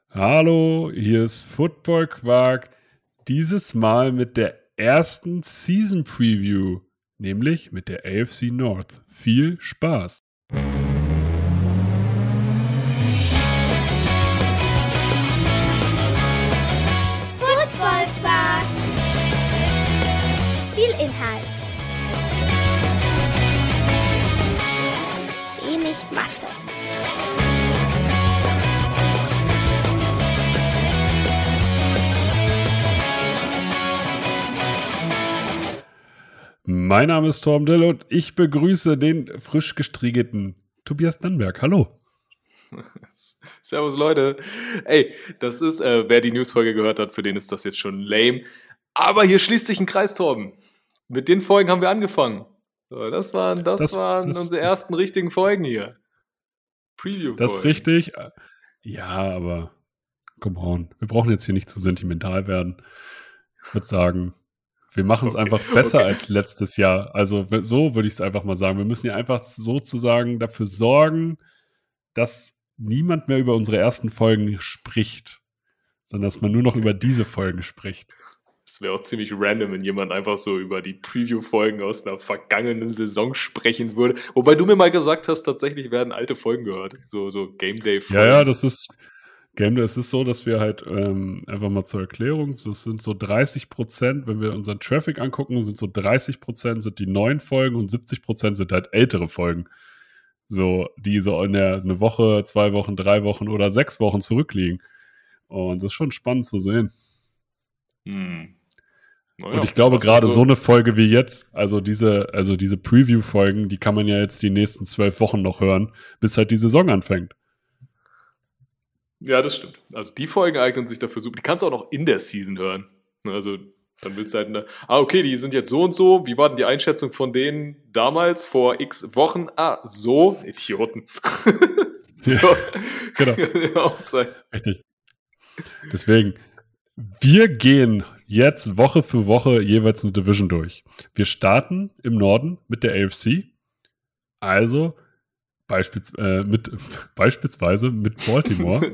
Hallo, hier ist Football Quark. Dieses Mal mit der ersten Season Preview, nämlich mit der AFC North. Viel Spaß! Football Quark. Viel Inhalt. Wenig Masse. Mein Name ist Torben Dill und ich begrüße den frisch gestriegelten Tobias Dannenberg. Hallo. Servus Leute. Ey, das ist, wer die Newsfolge gehört hat, für den ist das jetzt schon lame. Aber hier schließt sich ein Kreis, Torben. Mit den Folgen haben wir angefangen. So, das waren unsere ersten richtigen Folgen hier. Preview-Folgen. Das ist richtig. Ja, aber come on. Wir brauchen jetzt hier nicht zu sentimental werden. Ich würde sagen, wir machen es einfach besser als letztes Jahr. Also so würde ich es einfach mal sagen. Wir müssen ja einfach sozusagen dafür sorgen, dass niemand mehr über unsere ersten Folgen spricht, sondern dass man nur noch über diese Folgen spricht. Es wäre auch ziemlich random, wenn jemand einfach so über die Preview-Folgen aus einer vergangenen Saison sprechen würde. Wobei du mir mal gesagt hast, tatsächlich werden alte Folgen gehört. So Game Day-Folgen. Ja, das ist Game Day. Es ist so, dass wir halt einfach mal zur Erklärung, das sind so 30%, wenn wir unseren Traffic angucken, sind so 30% sind die neuen Folgen und 70% sind halt ältere Folgen. So, die so in eine Woche, 2 Wochen, 3 Wochen oder 6 Wochen zurückliegen. Und das ist schon spannend zu sehen. Naja, und ich glaube, gerade so eine Folge wie jetzt, also diese Preview-Folgen, die kann man ja jetzt die nächsten 12 Wochen noch hören, bis halt die Saison anfängt. Ja, das stimmt. Also die Folgen eignen sich dafür super. Die kannst du auch noch in der Season hören. Also dann willst du halt okay, die sind jetzt so und so. Wie war denn die Einschätzung von denen damals, vor x Wochen? So. Idioten. So. Genau. Auch sein. Richtig. Deswegen, wir gehen jetzt Woche für Woche jeweils eine Division durch. Wir starten im Norden mit der AFC. Also beispielsweise mit Baltimore.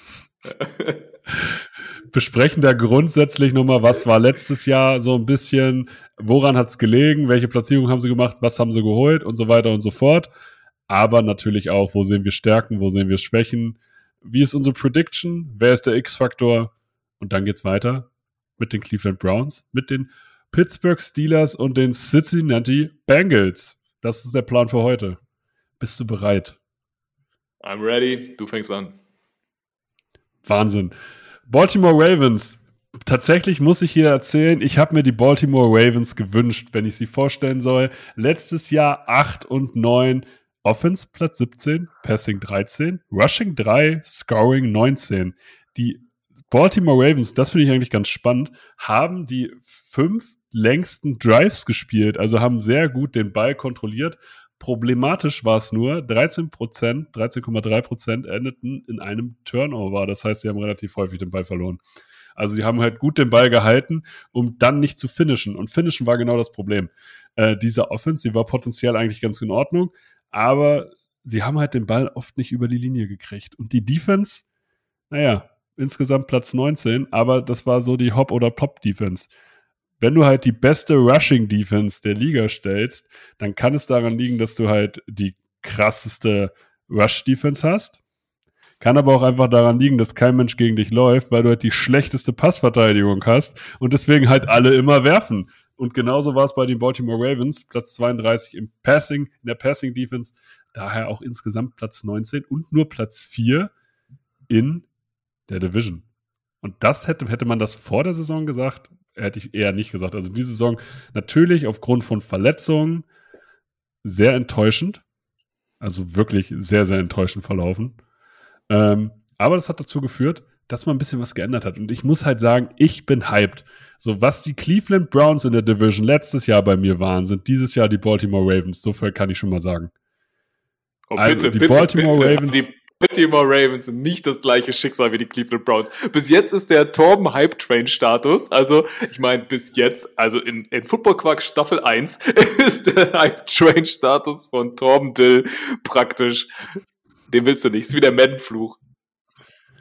Besprechen da grundsätzlich nochmal, was war letztes Jahr so ein bisschen, woran hat es gelegen, welche Platzierung haben sie gemacht, was haben sie geholt und so weiter und so fort. Aber natürlich auch, wo sehen wir Stärken, wo sehen wir Schwächen, wie ist unsere Prediction, wer ist der X-Faktor, und dann geht's weiter mit den Cleveland Browns, mit den Pittsburgh Steelers und den Cincinnati Bengals. Das ist der Plan für heute. Bist du bereit? I'm ready. Du fängst an. Wahnsinn. Baltimore Ravens. Tatsächlich muss ich hier erzählen, ich habe mir die Baltimore Ravens gewünscht, wenn ich sie vorstellen soll. Letztes Jahr 8-9, Offense Platz 17, Passing 13, Rushing 3, Scoring 19. Die Baltimore Ravens, das finde ich eigentlich ganz spannend, haben die 5 längsten Drives gespielt, also haben sehr gut den Ball kontrolliert. Problematisch war es nur, 13,3% endeten in einem Turnover. Das heißt, sie haben relativ häufig den Ball verloren. Also sie haben halt gut den Ball gehalten, um dann nicht zu finishen. Und finishen war genau das Problem. Diese Offense, die war potenziell eigentlich ganz in Ordnung, aber sie haben halt den Ball oft nicht über die Linie gekriegt. Und die Defense, insgesamt Platz 19, aber das war so die Hop- oder Pop-Defense. Wenn du halt die beste Rushing-Defense der Liga stellst, dann kann es daran liegen, dass du halt die krasseste Rush-Defense hast. Kann aber auch einfach daran liegen, dass kein Mensch gegen dich läuft, weil du halt die schlechteste Passverteidigung hast und deswegen halt alle immer werfen. Und genauso war es bei den Baltimore Ravens, Platz 32 in der Passing-Defense, daher auch insgesamt Platz 19 und nur Platz 4 in der Division. Und das hätte man das vor der Saison gesagt, hätte ich eher nicht gesagt. Also diese Saison natürlich aufgrund von Verletzungen sehr enttäuschend. Also wirklich sehr, sehr enttäuschend verlaufen. Aber das hat dazu geführt, dass man ein bisschen was geändert hat. Und ich muss halt sagen, ich bin hyped. So, was die Cleveland Browns in der Division letztes Jahr bei mir waren, sind dieses Jahr die Baltimore Ravens. So viel kann ich schon mal sagen. Oh, bitte, die Baltimore Ravens. Die Baltimore Ravens sind nicht das gleiche Schicksal wie die Cleveland Browns. Bis jetzt ist der Torben Hype-Train-Status, also ich meine bis jetzt, also in Football Quark Staffel 1 ist der Hype-Train-Status von Torben Dill praktisch, den willst du nicht, ist wie der Madden-Fluch.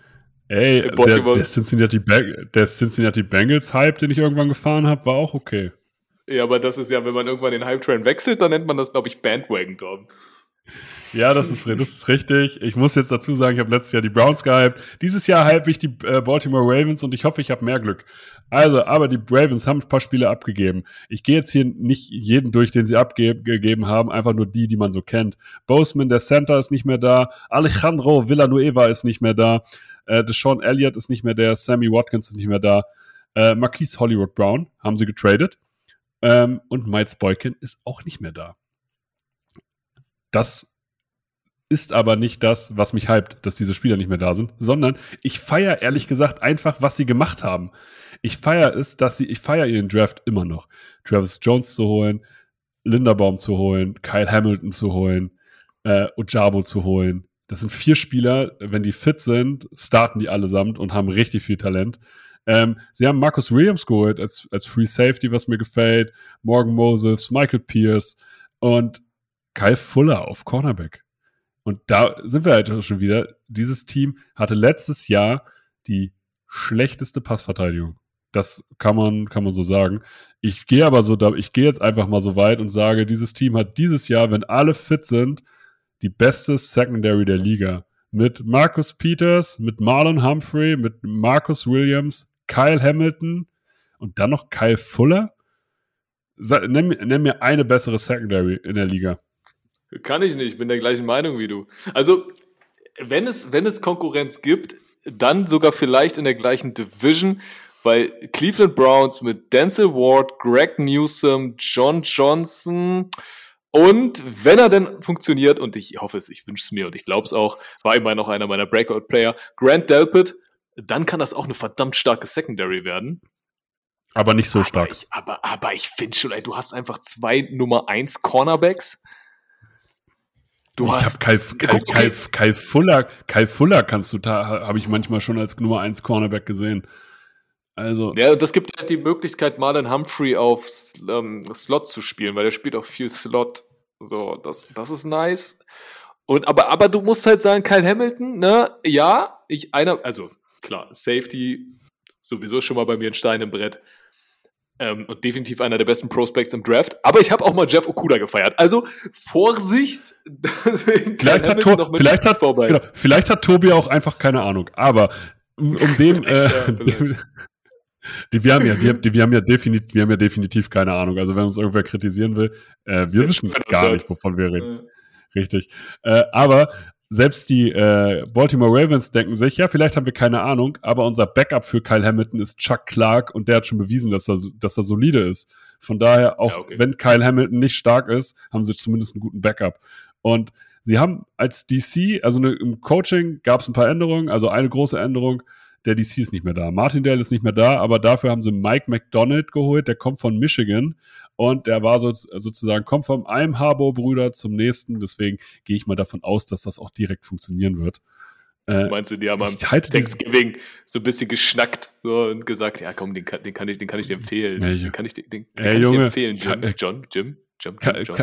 Ey, Baltimore. der Cincinnati Bengals-Hype, den ich irgendwann gefahren habe, war auch okay. Ja, aber das ist ja, wenn man irgendwann den Hype-Train wechselt, dann nennt man das, glaube ich, Bandwagon, Tom. Ja, das ist richtig. Ich muss jetzt dazu sagen, ich habe letztes Jahr die Browns gehypt. Dieses Jahr hype ich die Baltimore Ravens und ich hoffe, ich habe mehr Glück. Also, aber die Ravens haben ein paar Spiele abgegeben. Ich gehe jetzt hier nicht jeden durch, den sie abgegeben haben, einfach nur die man so kennt. Boseman, der Center, ist nicht mehr da. Alejandro Villanueva ist nicht mehr da. Deshaun Elliott ist nicht mehr da. Sammy Watkins ist nicht mehr da. Marquise Hollywood Brown haben sie getradet. Und Miles Boykin ist auch nicht mehr da. Das ist aber nicht das, was mich hypt, dass diese Spieler nicht mehr da sind, sondern ich feiere ehrlich gesagt einfach, was sie gemacht haben. Ich feiere ihren Draft immer noch. Travis Jones zu holen, Linderbaum zu holen, Kyle Hamilton zu holen, Ojabo zu holen. Das sind 4 Spieler, wenn die fit sind, starten die allesamt und haben richtig viel Talent. Sie haben Marcus Williams geholt als Free Safety, was mir gefällt, Morgan Moses, Michael Pierce und Kyle Fuller auf Cornerback. Und da sind wir halt schon wieder. Dieses Team hatte letztes Jahr die schlechteste Passverteidigung. Das kann man so sagen. Ich gehe jetzt einfach mal so weit und sage, dieses Team hat dieses Jahr, wenn alle fit sind, die beste Secondary der Liga. Mit Marcus Peters, mit Marlon Humphrey, mit Marcus Williams, Kyle Hamilton und dann noch Kyle Fuller. Nenn mir eine bessere Secondary in der Liga. Kann ich nicht, ich bin der gleichen Meinung wie du. Also, wenn es Konkurrenz gibt, dann sogar vielleicht in der gleichen Division, weil Cleveland Browns mit Denzel Ward, Greg Newsome, John Johnson und wenn er denn funktioniert, und ich hoffe es, ich wünsche es mir und ich glaube es auch, war immer noch einer meiner Breakout-Player, Grant Delpit, dann kann das auch eine verdammt starke Secondary werden. Aber nicht so stark. Aber ich finde schon, ey, du hast einfach 2 Nummer 1 Cornerbacks. Kyle Fuller habe ich manchmal schon als Nummer 1 Cornerback gesehen. Also. Ja, das gibt halt die Möglichkeit, Marlon Humphrey auf Slot zu spielen, weil der spielt auch viel Slot. So, das ist nice. Aber du musst halt sagen, Kyle Hamilton, ne, ja, also klar, Safety sowieso schon mal bei mir ein Stein im Brett. Und definitiv einer der besten Prospects im Draft. Aber ich habe auch mal Jeff Okuda gefeiert. Also Vorsicht. Vielleicht hat Tobi auch einfach keine Ahnung. Aber wir haben ja definitiv keine Ahnung. Also wenn uns irgendwer kritisieren will, wir wissen gar nicht, wovon wir reden. Richtig. Aber selbst die Baltimore Ravens denken sich, ja, vielleicht haben wir keine Ahnung, aber unser Backup für Kyle Hamilton ist Chuck Clark und der hat schon bewiesen, dass er solide ist. Von daher, auch wenn Kyle Hamilton nicht stark ist, haben sie zumindest einen guten Backup. Und sie haben als DC, also im Coaching gab es ein paar Änderungen, also eine große Änderung, der DC ist nicht mehr da. Martindale ist nicht mehr da, aber dafür haben sie Mike McDonald geholt, der kommt von Michigan und der war sozusagen, kommt vom einem Harbaugh-Brüder zum nächsten, deswegen gehe ich mal davon aus, dass das auch direkt funktionieren wird. Meinst du, die haben am Thanksgiving so ein bisschen geschnackt und gesagt, ja komm, den kann ich dir empfehlen. Den kann ich dir empfehlen, Jim.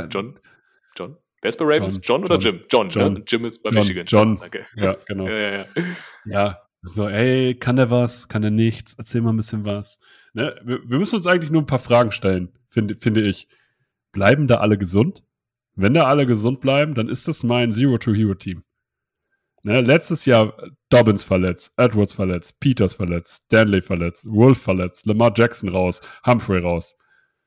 Wer ist bei Ravens? John oder Jim? John. Jim ist bei Michigan. John. Okay. Ja, genau. Ja. So, ey, kann der was? Kann der nichts? Erzähl mal ein bisschen was. Ne? Wir müssen uns eigentlich nur ein paar Fragen stellen, finde ich. Bleiben da alle gesund? Wenn da alle gesund bleiben, dann ist das mein Zero-to-Hero-Team. Ne? Letztes Jahr Dobbins verletzt, Edwards verletzt, Peters verletzt, Stanley verletzt, Wolf verletzt, Lamar Jackson raus, Humphrey raus.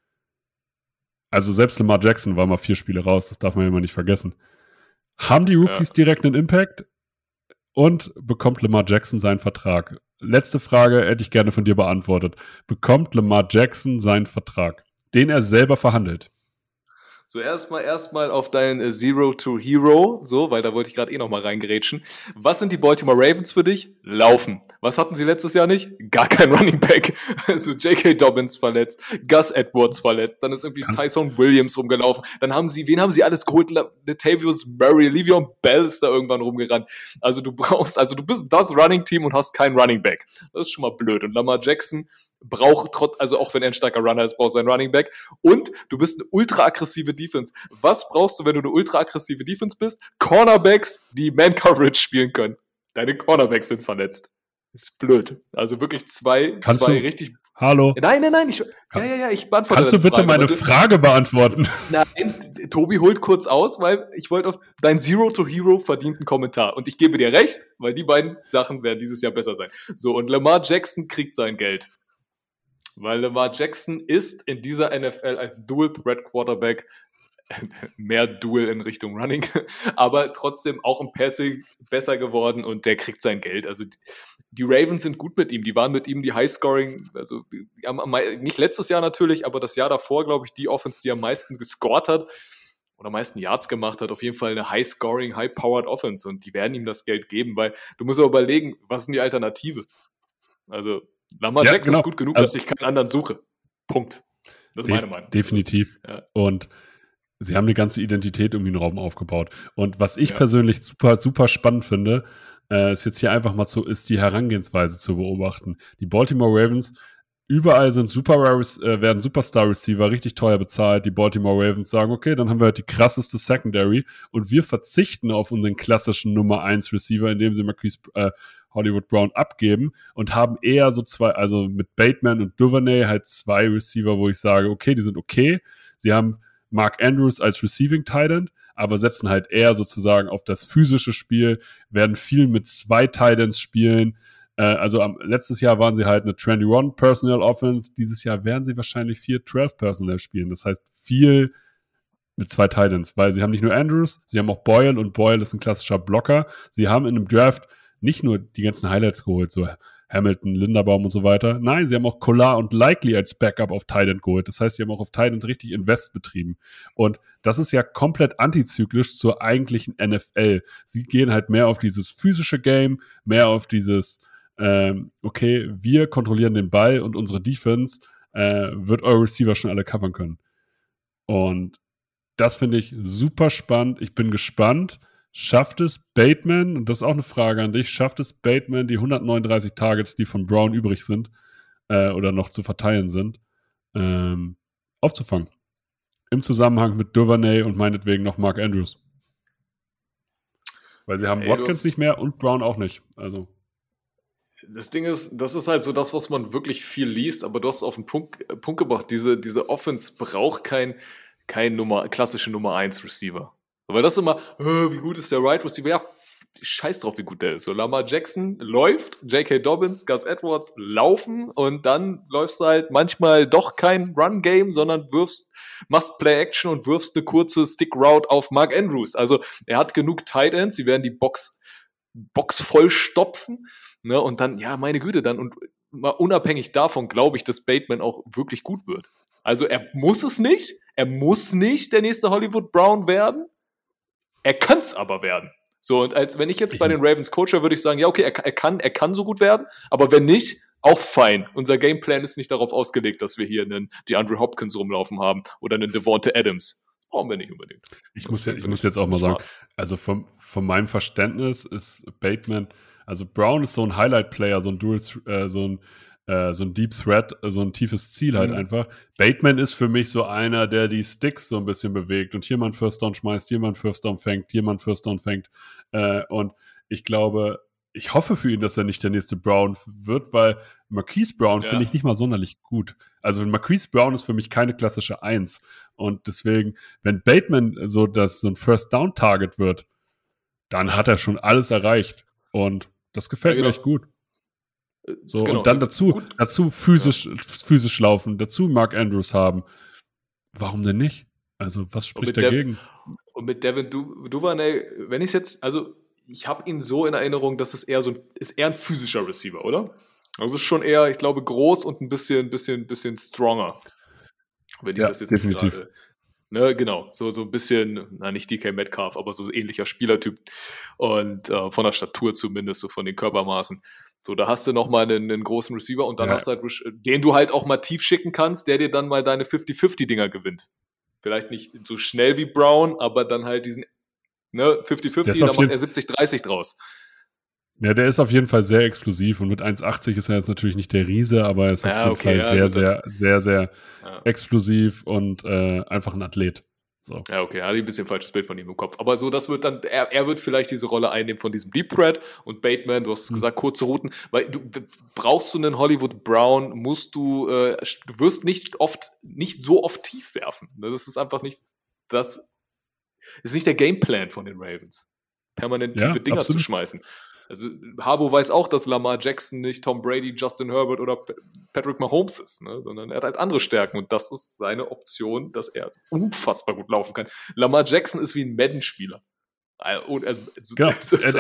Also selbst Lamar Jackson war mal 4 Spiele raus, das darf man immer nicht vergessen. Haben die Rookies direkt einen Impact? Und bekommt Lamar Jackson seinen Vertrag? Letzte Frage hätte ich gerne von dir beantwortet. Bekommt Lamar Jackson seinen Vertrag, den er selber verhandelt? So, erstmal auf dein Zero to Hero, so, weil da wollte ich gerade noch mal reingerätschen. Was sind die Baltimore Ravens für dich? Laufen. Was hatten sie letztes Jahr nicht? Gar kein Running Back. Also J.K. Dobbins verletzt, Gus Edwards verletzt, dann ist irgendwie Tyson Williams rumgelaufen. Dann wen haben sie alles geholt? Latavius Murray, Le'Veon Bell ist da irgendwann rumgerannt. Also du bist das Running Team und hast keinen Running Back. Das ist schon mal blöd. Und Lamar Jackson braucht also auch wenn er ein starker Runner ist, braucht er einen Running Back. Und du bist eine ultra-aggressive Defense. Was brauchst du, wenn du eine ultra-aggressive Defense bist? Cornerbacks, die Man-Coverage spielen können. Deine Cornerbacks sind verletzt. Ist blöd. Also wirklich zwei richtig. Hallo? Nein. Ich beantworte Kannst du bitte Frage, meine Frage beantworten? Nein, Tobi holt kurz aus, weil ich wollte auf deinen Zero-to-Hero verdienten Kommentar. Und ich gebe dir recht, weil die beiden Sachen werden dieses Jahr besser sein. So, und Lamar Jackson kriegt sein Geld. Weil Lamar Jackson ist in dieser NFL als Dual-Threat-Quarterback mehr Dual in Richtung Running, aber trotzdem auch im Passing besser geworden und der kriegt sein Geld. Also die Ravens sind gut mit ihm, die waren mit ihm die High-Scoring, also die haben nicht letztes Jahr natürlich, aber das Jahr davor, glaube ich, die Offense, die am meisten gescored hat oder am meisten Yards gemacht hat, auf jeden Fall eine High-Scoring, High-Powered Offense und die werden ihm das Geld geben, weil du musst aber überlegen, was ist denn die Alternative? Also Lamar Jackson ist gut genug, dass ich keinen anderen suche. Punkt. Das ist meine Meinung. Definitiv. Ja. Und sie haben eine ganze Identität um ihn herum aufgebaut. Und was ich persönlich super, super spannend finde, ist jetzt hier einfach mal so, ist die Herangehensweise zu beobachten. Die Baltimore Ravens, überall sind werden Superstar-Receiver richtig teuer bezahlt. Die Baltimore Ravens sagen, okay, dann haben wir halt die krasseste Secondary und wir verzichten auf unseren klassischen Nummer 1 Receiver, indem sie Marquise Hollywood Brown abgeben und haben eher so zwei, also mit Bateman und Duvernay halt zwei Receiver, wo ich sage, okay, die sind okay. Sie haben Mark Andrews als Receiving Tight End, aber setzen halt eher sozusagen auf das physische Spiel, werden viel mit zwei Tight Ends spielen. Letztes Jahr waren sie halt eine 21 Personnel Offense, dieses Jahr werden sie wahrscheinlich 4-12 Personnel spielen. Das heißt viel mit zwei Tight Ends, weil sie haben nicht nur Andrews, sie haben auch Boyle und Boyle ist ein klassischer Blocker. Sie haben in einem Draft nicht nur die ganzen Highlights geholt, so Hamilton, Linderbaum und so weiter. Nein, sie haben auch Collar und Likely als Backup auf Tight End geholt. Das heißt, sie haben auch auf Tight End richtig Invest betrieben. Und das ist ja komplett antizyklisch zur eigentlichen NFL. Sie gehen halt mehr auf dieses physische Game, mehr auf dieses, okay, wir kontrollieren den Ball und unsere Defense wird eure Receiver schon alle covern können. Und das finde ich super spannend. Ich bin gespannt. Schafft es Bateman, und das ist auch eine Frage an dich, schafft es Bateman, die 139 Targets, die von Brown übrig sind, oder noch zu verteilen sind, aufzufangen? Im Zusammenhang mit Duvernay und meinetwegen noch Mark Andrews. Weil sie haben Watkins nicht mehr und Brown auch nicht. Also. Das Ding ist, das ist halt so das, was man wirklich viel liest, aber du hast auf den Punkt gebracht, diese Offense braucht kein klassische Nummer 1 Receiver. Weil das immer, wie gut ist der Right Receiver? Ja, scheiß drauf, wie gut der ist. So, Lamar Jackson läuft, J.K. Dobbins, Gus Edwards laufen und dann läufst du halt manchmal doch kein Run-Game, sondern machst Play-Action und wirfst eine kurze Stick-Route auf Mark Andrews. Also er hat genug Tight Ends, sie werden die Box voll stopfen, ne? Und dann, ja, meine Güte, dann und mal unabhängig davon glaube ich, dass Bateman auch wirklich gut wird. Also er muss nicht der nächste Hollywood Brown werden. Er kann es aber werden. So, und als wenn ich jetzt bei den Ravens Coach wäre, würde ich sagen, ja, okay, er kann so gut werden, aber wenn nicht, auch fein. Unser Gameplan ist nicht darauf ausgelegt, dass wir hier einen DeAndre Hopkins rumlaufen haben oder einen Devonta Adams. Brauchen wir nicht unbedingt. Ich muss jetzt auch mal sagen, also von meinem Verständnis ist Bateman, also Brown ist so ein Highlight-Player, so ein Dual, so ein Deep Threat, so ein tiefes Ziel halt einfach. Bateman ist für mich so einer, der die Sticks so ein bisschen bewegt und hier mal einen First Down schmeißt, hier mal einen First Down fängt, hier mal einen First Down fängt. Und ich glaube, ich hoffe für ihn, dass er nicht der nächste Brown wird, weil Marquise Brown finde ich nicht mal sonderlich gut. Also Marquise Brown ist für mich keine klassische 1. Und deswegen, wenn Bateman so ein First Down Target wird, dann hat er schon alles erreicht. Und das gefällt mir echt gut. So, genau. Und dann dazu physisch laufen, dazu Mark Andrews haben. Warum denn nicht? Also, was spricht dagegen? Und mit Devin Duvernay, wenn ich jetzt, also ich habe ihn so in Erinnerung, dass es eher ein physischer Receiver, oder? Also es ist schon eher, ich glaube, groß und ein bisschen stronger. Wenn ich das jetzt definitiv. Nicht gerade. Ne, genau, so ein bisschen, nicht DK Metcalf, aber so ähnlicher Spielertyp und von der Statur zumindest, so von den Körpermaßen. So, da hast du nochmal einen großen Receiver und dann hast du halt, den du halt auch mal tief schicken kannst, der dir dann mal deine 50-50-Dinger gewinnt. Vielleicht nicht so schnell wie Brown, aber dann halt diesen 50-50, da macht er 70-30 draus. Ja, der ist auf jeden Fall sehr explosiv und mit 1,80 ist er jetzt natürlich nicht der Riese, aber er ist auf jeden Fall sehr explosiv und einfach ein Athlet. So. Ja, okay, hatte ich ein bisschen falsches Bild von ihm im Kopf. Aber so, das wird dann, er wird vielleicht diese Rolle einnehmen von diesem Deep Threat und Bateman, du hast gesagt, kurze Routen, weil brauchst du einen Hollywood Brown, du wirst nicht so oft tief werfen. Das ist einfach nicht, das ist nicht der Gameplan von den Ravens, permanent tiefe Dinger zu schmeißen. Also Harbaugh weiß auch, dass Lamar Jackson nicht Tom Brady, Justin Herbert oder Patrick Mahomes ist, ne? Sondern er hat halt andere Stärken und das ist seine Option, dass er unfassbar gut laufen kann. Lamar Jackson ist wie ein Madden-Spieler. Genau.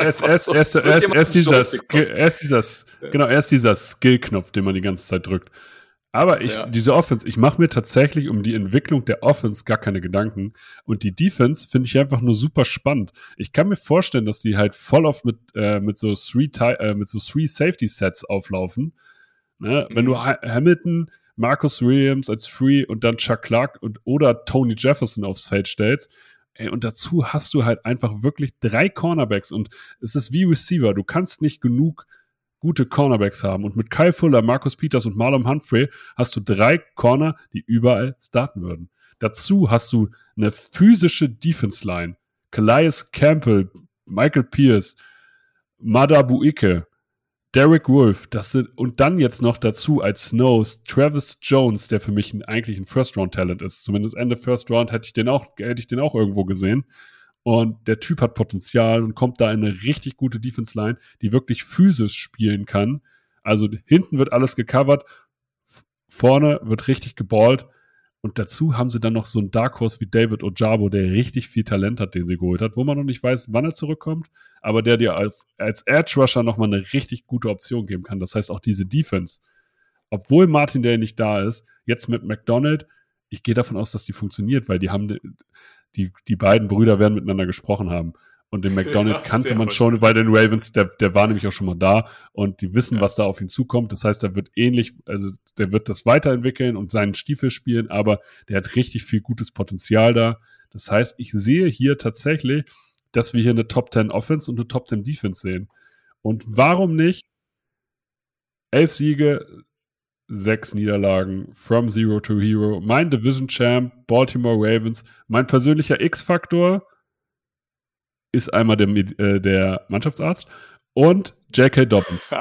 Er ist dieser Skill-Knopf, den man die ganze Zeit drückt. Aber diese Offense, ich mache mir tatsächlich um die Entwicklung der Offense gar keine Gedanken. Und die Defense finde ich einfach nur super spannend. Ich kann mir vorstellen, dass die halt voll oft mit so Three Safety Sets auflaufen. Ne? Wenn du Hamilton, Marcus Williams als Free und dann Chuck Clark oder Tony Jefferson aufs Feld stellst, und dazu hast du halt einfach wirklich 3 Cornerbacks und es ist wie Receiver. Du kannst nicht genug gute Cornerbacks haben. Und mit Kyle Fuller, Marcus Peters und Marlon Humphrey hast du 3 Corner, die überall starten würden. Dazu hast du eine physische Defense-Line. Calais Campbell, Michael Pierce, Mada Buike, Derek Wolf, und dann jetzt noch dazu als Snows Travis Jones, der für mich eigentlich ein First-Round-Talent ist. Zumindest Ende First Round hätte ich den auch irgendwo gesehen. Und der Typ hat Potenzial und kommt da in eine richtig gute Defense-Line, die wirklich physisch spielen kann. Also hinten wird alles gecovert, vorne wird richtig geballt. Und dazu haben sie dann noch so einen Dark Horse wie David Ojabo, der richtig viel Talent hat, den sie geholt hat, wo man noch nicht weiß, wann er zurückkommt, aber der dir als Edge-Rusher nochmal eine richtig gute Option geben kann. Das heißt auch diese Defense, obwohl Martin Day nicht da ist, jetzt mit McDonald, ich gehe davon aus, dass die funktioniert, weil die beiden Brüder werden miteinander gesprochen haben. Und den McDonald kannte man schon bei den Ravens, der war nämlich auch schon mal da und die wissen, was da auf ihn zukommt. Das heißt, der wird das weiterentwickeln und seinen Stiefel spielen, aber der hat richtig viel gutes Potenzial da. Das heißt, ich sehe hier tatsächlich, dass wir hier eine Top 10 Offense und eine Top 10 Defense sehen. Und warum nicht 11 Siege, 6 Niederlagen, from zero to hero, mein Division Champ, Baltimore Ravens, mein persönlicher X-Faktor ist einmal der Mannschaftsarzt und J.K. Dobbins.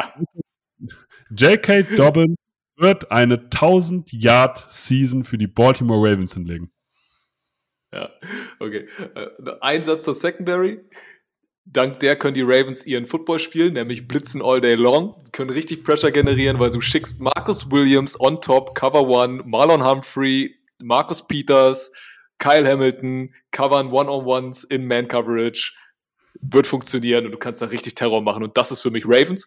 J.K. Dobbins wird eine 1000-Yard-Season für die Baltimore Ravens hinlegen. Ja, okay. Ein Satz zur Secondary. Dank der können die Ravens ihren Football spielen, nämlich blitzen all day long, können richtig Pressure generieren, weil du schickst Marcus Williams on top, Cover One, Marlon Humphrey, Marcus Peters, Kyle Hamilton, covern One-on-Ones in Man-Coverage, wird funktionieren und du kannst da richtig Terror machen und das ist für mich Ravens.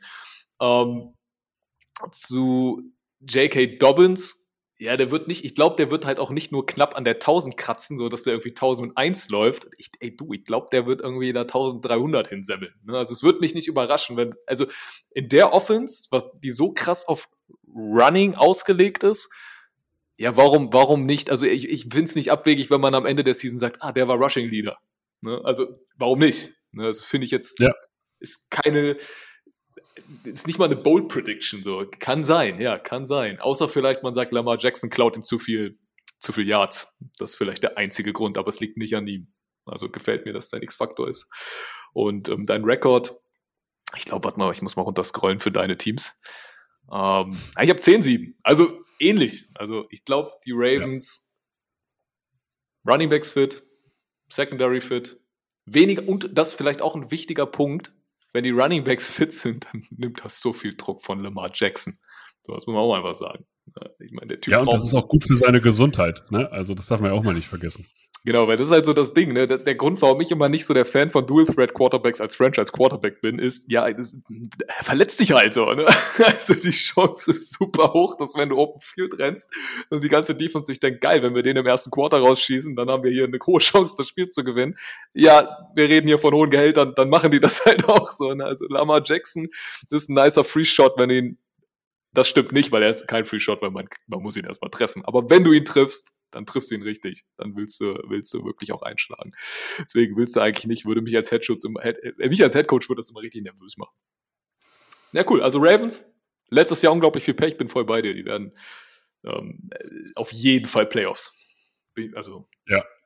Zu J.K. Dobbins, ja, ich glaube, der wird halt auch nicht nur knapp an der 1000 kratzen, so dass der irgendwie 1001 läuft. Ich glaube, der wird irgendwie da 1300 hinsemmeln. Ne? Also es wird mich nicht überraschen, also in der Offense, die so krass auf Running ausgelegt ist, ja, warum nicht? Also ich finde es nicht abwegig, wenn man am Ende der Season sagt, der war Rushing Leader. Ne? Also warum nicht? Ne? Das finde ich jetzt, ist nicht mal eine Bold Prediction. So. Kann sein. Außer vielleicht man sagt, Lamar Jackson klaut ihm zu viel Yards. Das ist vielleicht der einzige Grund, aber es liegt nicht an ihm. Also gefällt mir, dass dein X-Faktor ist. Und dein Rekord, ich glaube, warte mal, ich muss mal runterscrollen für deine Teams. Ich habe 10-7. Also ist ähnlich. Also ich glaube, die Ravens Running Backs fit, Secondary fit, weniger, und das ist vielleicht auch ein wichtiger Punkt, wenn die Running Backs fit sind, dann nimmt das so viel Druck von Lamar Jackson. So, das muss man auch einfach sagen. Ich meine, der Typ und das ist auch gut für seine Gesundheit. Ne? Also das darf man ja auch mal nicht vergessen. Genau, weil das ist halt so das Ding. Ne? Das ist der Grund, warum ich immer nicht so der Fan von Dual-Threat-Quarterbacks als Franchise-Quarterback bin, ist, er verletzt dich halt so. Ne? Also die Chance ist super hoch, dass wenn du Open Field rennst und die ganze Defense sich denkt, geil, wenn wir den im ersten Quarter rausschießen, dann haben wir hier eine hohe Chance, das Spiel zu gewinnen. Ja, wir reden hier von hohen Gehältern, dann machen die das halt auch so. Ne? Also Lamar Jackson ist ein nicer Free-Shot, das stimmt nicht, weil er ist kein Free-Shot, weil man muss ihn erstmal treffen. Aber wenn du ihn triffst, dann triffst du ihn richtig. Dann willst du wirklich auch einschlagen. Deswegen willst du eigentlich nicht, mich als Headcoach würde das immer richtig nervös machen. Ja, cool. Also Ravens, letztes Jahr unglaublich viel Pech, bin voll bei dir. Die werden auf jeden Fall Playoffs. Also, ja.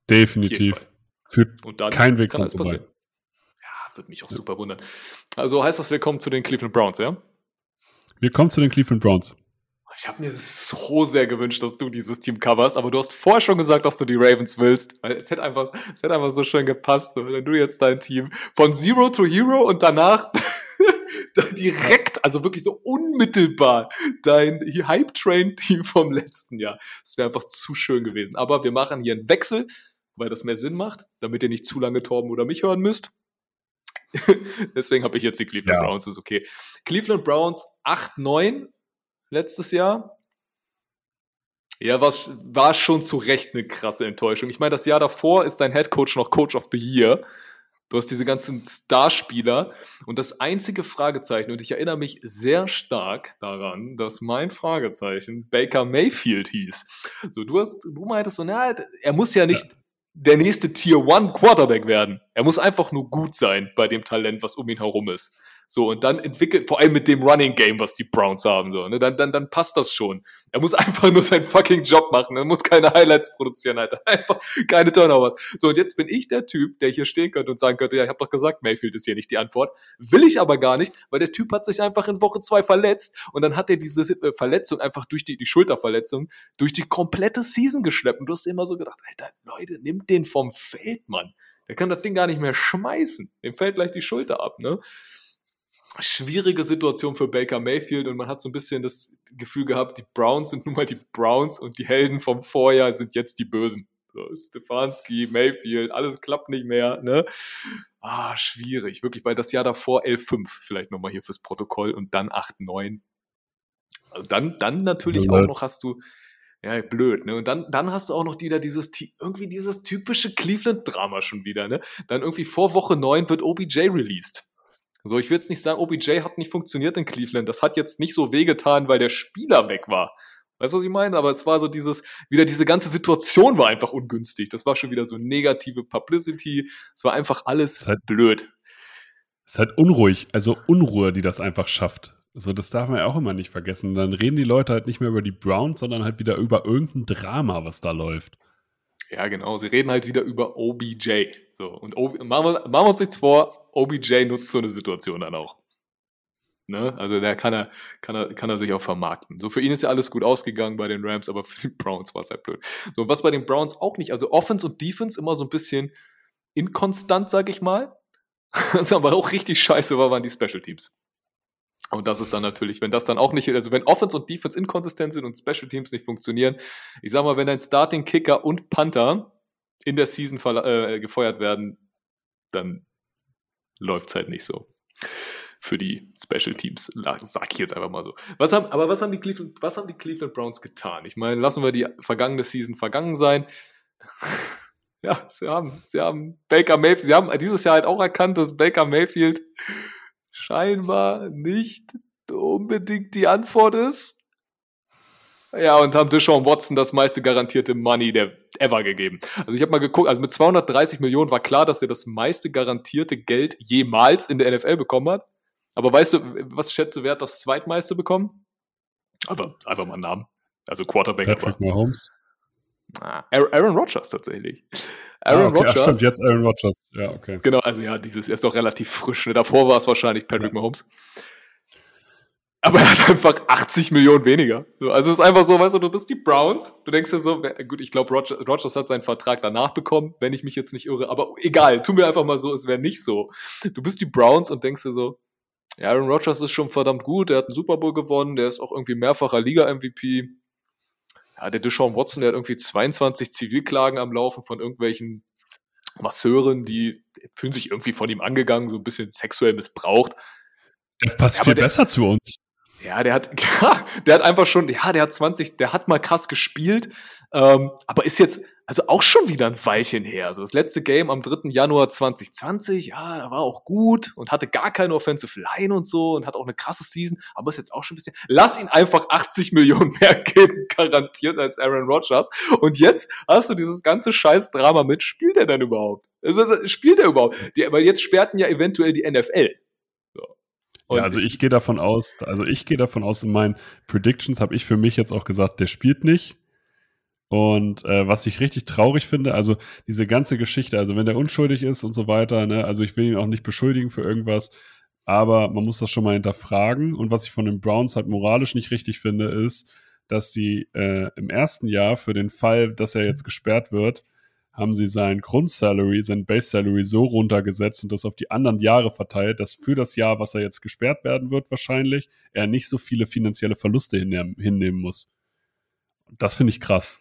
Definitiv. Führt Und dann kein Weg kann dran alles vorbei. passieren. Ja, würde mich auch super wundern. Also heißt das, wir kommen zu den Cleveland Browns, ja? Wir kommen zu den Cleveland Browns. Ich habe mir so sehr gewünscht, dass du dieses Team coverst, aber du hast vorher schon gesagt, dass du die Ravens willst. Weil es hätte einfach so schön gepasst, wenn du jetzt dein Team von Zero to Hero und danach direkt, also wirklich so unmittelbar, dein Hype-Train-Team vom letzten Jahr. Das wäre einfach zu schön gewesen. Aber wir machen hier einen Wechsel, weil das mehr Sinn macht, damit ihr nicht zu lange Torben oder mich hören müsst. Deswegen habe ich jetzt die Cleveland Browns, ist okay. Cleveland Browns 8-9 letztes Jahr. Ja, war schon zu Recht eine krasse Enttäuschung. Ich meine, das Jahr davor ist dein Headcoach noch Coach of the Year. Du hast diese ganzen Starspieler und das einzige Fragezeichen, und ich erinnere mich sehr stark daran, dass mein Fragezeichen Baker Mayfield hieß. So, du meintest so, er muss ja nicht der nächste Tier 1 Quarterback werden. Er muss einfach nur gut sein bei dem Talent, was um ihn herum ist. So, und dann entwickelt, vor allem mit dem Running Game, was die Browns haben, so, ne, dann passt das schon. Er muss einfach nur seinen fucking Job machen. Er muss keine Highlights produzieren, Alter. Einfach keine Turnovers. So, und jetzt bin ich der Typ, der hier stehen könnte und sagen könnte, ja, ich habe doch gesagt, Mayfield ist hier nicht die Antwort. Will ich aber gar nicht, weil der Typ hat sich einfach in Woche 2 verletzt und dann hat er diese Verletzung einfach durch die Schulterverletzung durch die komplette Season geschleppt. Und du hast immer so gedacht, Alter, Leute, nimmt den vom Feld, Mann. Der kann das Ding gar nicht mehr schmeißen. Dem fällt gleich die Schulter ab, ne? Schwierige Situation für Baker Mayfield und man hat so ein bisschen das Gefühl gehabt, die Browns sind nun mal die Browns und die Helden vom Vorjahr sind jetzt die Bösen. So, Stefanski, Mayfield, alles klappt nicht mehr, ne? Schwierig, wirklich, weil das Jahr davor 11-5, vielleicht nochmal hier fürs Protokoll und dann 8-9. Also dann natürlich auch noch hast du, ja, blöd, ne? Und dann hast du auch noch wieder dieses typische Cleveland-Drama schon wieder, ne? Dann irgendwie vor Woche 9 wird OBJ released. So, ich will jetzt nicht sagen, OBJ hat nicht funktioniert in Cleveland. Das hat jetzt nicht so wehgetan, weil der Spieler weg war. Weißt du, was ich meine? Aber es war so diese ganze Situation war einfach ungünstig. Das war schon wieder so negative Publicity. Es war einfach alles blöd. Es ist halt unruhig, also Unruhe, die das einfach schafft. So, das darf man ja auch immer nicht vergessen. Dann reden die Leute halt nicht mehr über die Browns, sondern halt wieder über irgendein Drama, was da läuft. Ja, genau. Sie reden halt wieder über OBJ. So, und machen wir uns nichts vor, OBJ nutzt so eine Situation dann auch. Ne? Also der kann er sich auch vermarkten. So, für ihn ist ja alles gut ausgegangen bei den Rams, aber für die Browns war es halt blöd. So, und was bei den Browns auch nicht, also Offense und Defense immer so ein bisschen inkonstant, sag ich mal. Was aber auch richtig scheiße war, waren die Special Teams. Und das ist dann natürlich, wenn das dann auch nicht, also wenn Offense und Defense inkonsistent sind und Special Teams nicht funktionieren, ich sag mal, wenn dein Starting Kicker und Punter in der Season gefeuert werden, dann läuft es halt nicht so für die Special Teams, sag ich jetzt einfach mal so. Was haben die Cleveland Browns getan? Ich meine, lassen wir die vergangene Season vergangen sein. Ja, sie haben Baker Mayfield, sie haben dieses Jahr halt auch erkannt, dass Baker Mayfield scheinbar nicht unbedingt die Antwort ist. Ja, und haben Deshaun Watson das meiste garantierte Money der ever gegeben. Also ich habe mal geguckt, also mit 230 Millionen war klar, dass er das meiste garantierte Geld jemals in der NFL bekommen hat. Aber weißt du, was schätze, wer hat das zweitmeiste bekommen? Einfach mal einen Namen. Also Quarterback. Patrick Mahomes. Aaron Rodgers tatsächlich. Rodgers. Ach, stimmt, jetzt Aaron Rodgers. Ja, okay. Genau, also ja, er ist doch relativ frisch. Ne? Davor war es wahrscheinlich Patrick Mahomes. Aber er hat einfach 80 Millionen weniger. So, also es ist einfach so, weißt du bist die Browns. Du denkst dir so, gut, ich glaube, Rodgers hat seinen Vertrag danach bekommen, wenn ich mich jetzt nicht irre. Aber egal, tu mir einfach mal so, es wäre nicht so. Du bist die Browns und denkst dir so, ja, Aaron Rodgers ist schon verdammt gut, der hat einen Super Bowl gewonnen, der ist auch irgendwie mehrfacher Liga-MVP. Ja, der Deshaun Watson, der hat irgendwie 22 Zivilklagen am Laufen von irgendwelchen Masseuren, die fühlen sich irgendwie von ihm angegangen, so ein bisschen sexuell missbraucht. Der passt viel besser zu uns. Ja, der hat einfach schon, der hat mal krass gespielt, aber ist jetzt, also auch schon wieder ein Weilchen her. Also das letzte Game am 3. Januar 2020, ja, da war auch gut und hatte gar keine Offensive Line und so und hat auch eine krasse Season, aber ist jetzt auch schon ein bisschen, lass ihn einfach 80 Millionen mehr geben, garantiert als Aaron Rodgers. Und jetzt hast du dieses ganze Scheiß-Drama mit, spielt er denn überhaupt? Spielt er überhaupt? Weil jetzt sperrt ihn ja eventuell die NFL. Ja, also ich gehe davon aus, in meinen Predictions habe ich für mich jetzt auch gesagt, der spielt nicht. Und was ich richtig traurig finde, also diese ganze Geschichte, also wenn der unschuldig ist und so weiter, ne, also ich will ihn auch nicht beschuldigen für irgendwas, aber man muss das schon mal hinterfragen. Und was ich von den Browns halt moralisch nicht richtig finde, ist, dass die im ersten Jahr für den Fall, dass er jetzt gesperrt wird, haben sie sein Grundsalary, sein Base-Salary so runtergesetzt und das auf die anderen Jahre verteilt, dass für das Jahr, was er jetzt gesperrt werden wird wahrscheinlich, er nicht so viele finanzielle Verluste hinnehmen muss. Das finde ich krass.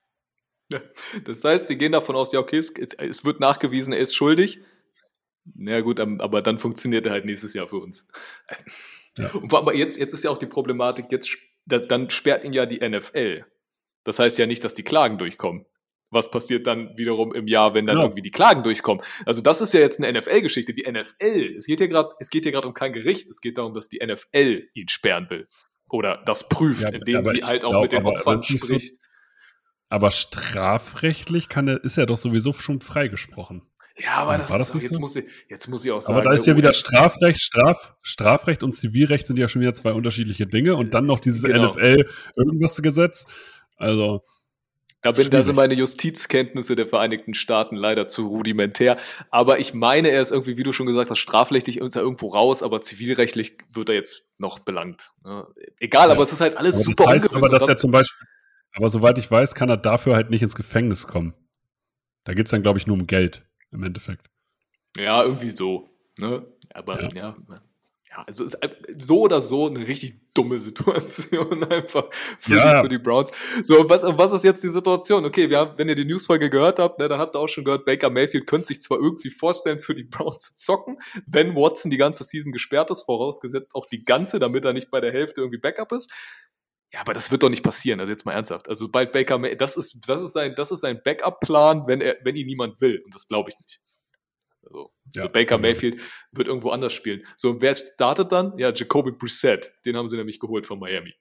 Das heißt, sie gehen davon aus, ja, okay, es wird nachgewiesen, er ist schuldig. Na gut, aber dann funktioniert er halt nächstes Jahr für uns. Ja. Aber jetzt ist ja auch die Problematik, dann sperrt ihn ja die NFL. Das heißt ja nicht, dass die Klagen durchkommen. Was passiert dann wiederum im Jahr, wenn dann irgendwie die Klagen durchkommen? Also das ist ja jetzt eine NFL-Geschichte. Die NFL, es geht ja gerade um kein Gericht, es geht darum, dass die NFL ihn sperren will. Oder das prüft, indem sie halt auch mit den Opfern spricht. Aber strafrechtlich ist er doch sowieso schon freigesprochen. Ja, aber jetzt muss ich auch sagen. Aber da ist ja wieder Strafrecht und Zivilrecht sind ja schon wieder zwei unterschiedliche Dinge und dann noch dieses NFL-Irgendwas-Gesetz. Also. Da sind meine Justizkenntnisse der Vereinigten Staaten leider zu rudimentär. Aber ich meine, er ist irgendwie, wie du schon gesagt hast, strafrechtlich ist er irgendwo raus, aber zivilrechtlich wird er jetzt noch belangt. Egal, aber es ist halt alles aber super ungewiss. Aber dass er zum Beispiel, aber soweit ich weiß, kann er dafür halt nicht ins Gefängnis kommen. Da geht es dann, glaube ich, nur um Geld im Endeffekt. Ja, irgendwie so. Ne? Aber also ist so oder so eine richtig dumme Situation einfach für die Browns. So, was ist jetzt die Situation? Okay, wenn ihr die Newsfolge gehört habt, ne, dann habt ihr auch schon gehört, Baker Mayfield könnte sich zwar irgendwie vorstellen, für die Browns zu zocken, wenn Watson die ganze Season gesperrt ist, vorausgesetzt auch die ganze, damit er nicht bei der Hälfte irgendwie Backup ist. Ja, aber das wird doch nicht passieren, also jetzt mal ernsthaft. Also sobald Baker Mayfield, das ist sein Backup-Plan, wenn ihn niemand will. Und das glaube ich nicht. Also Baker Mayfield wird irgendwo anders spielen. So, und wer startet dann? Ja, Jacoby Brissett. Den haben sie nämlich geholt von Miami.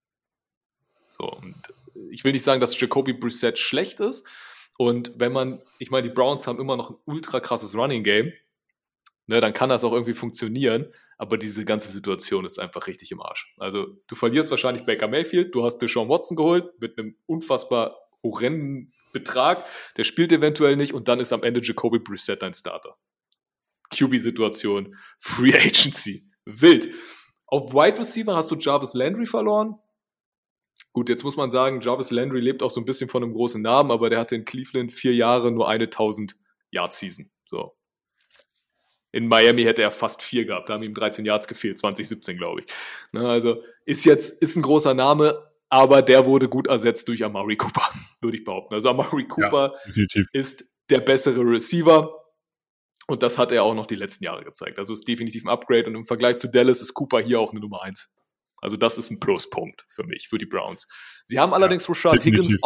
So, und ich will nicht sagen, dass Jacoby Brissett schlecht ist. Und ich meine, die Browns haben immer noch ein ultra krasses Running Game. Ne, dann kann das auch irgendwie funktionieren. Aber diese ganze Situation ist einfach richtig im Arsch. Also, du verlierst wahrscheinlich Baker Mayfield. Du hast Deshaun Watson geholt mit einem unfassbar horrenden Betrag. Der spielt eventuell nicht. Und dann ist am Ende Jacoby Brissett dein Starter. QB-Situation, Free Agency, wild. Auf Wide Receiver hast du Jarvis Landry verloren. Gut, jetzt muss man sagen, Jarvis Landry lebt auch so ein bisschen von einem großen Namen, aber der hatte in Cleveland 4 Jahre nur eine 1000-Yard-Season. So. In Miami hätte er fast 4 gehabt, da haben ihm 13 Yards gefehlt, 2017, glaube ich. Also ist ein großer Name, aber der wurde gut ersetzt durch Amari Cooper, würde ich behaupten. Also Amari Cooper ist der bessere Receiver. Und das hat er auch noch die letzten Jahre gezeigt. Also ist definitiv ein Upgrade. Und im Vergleich zu Dallas ist Cooper hier auch eine Nummer 1. Also das ist ein Pluspunkt für mich, für die Browns. Sie haben allerdings Rashad Higgins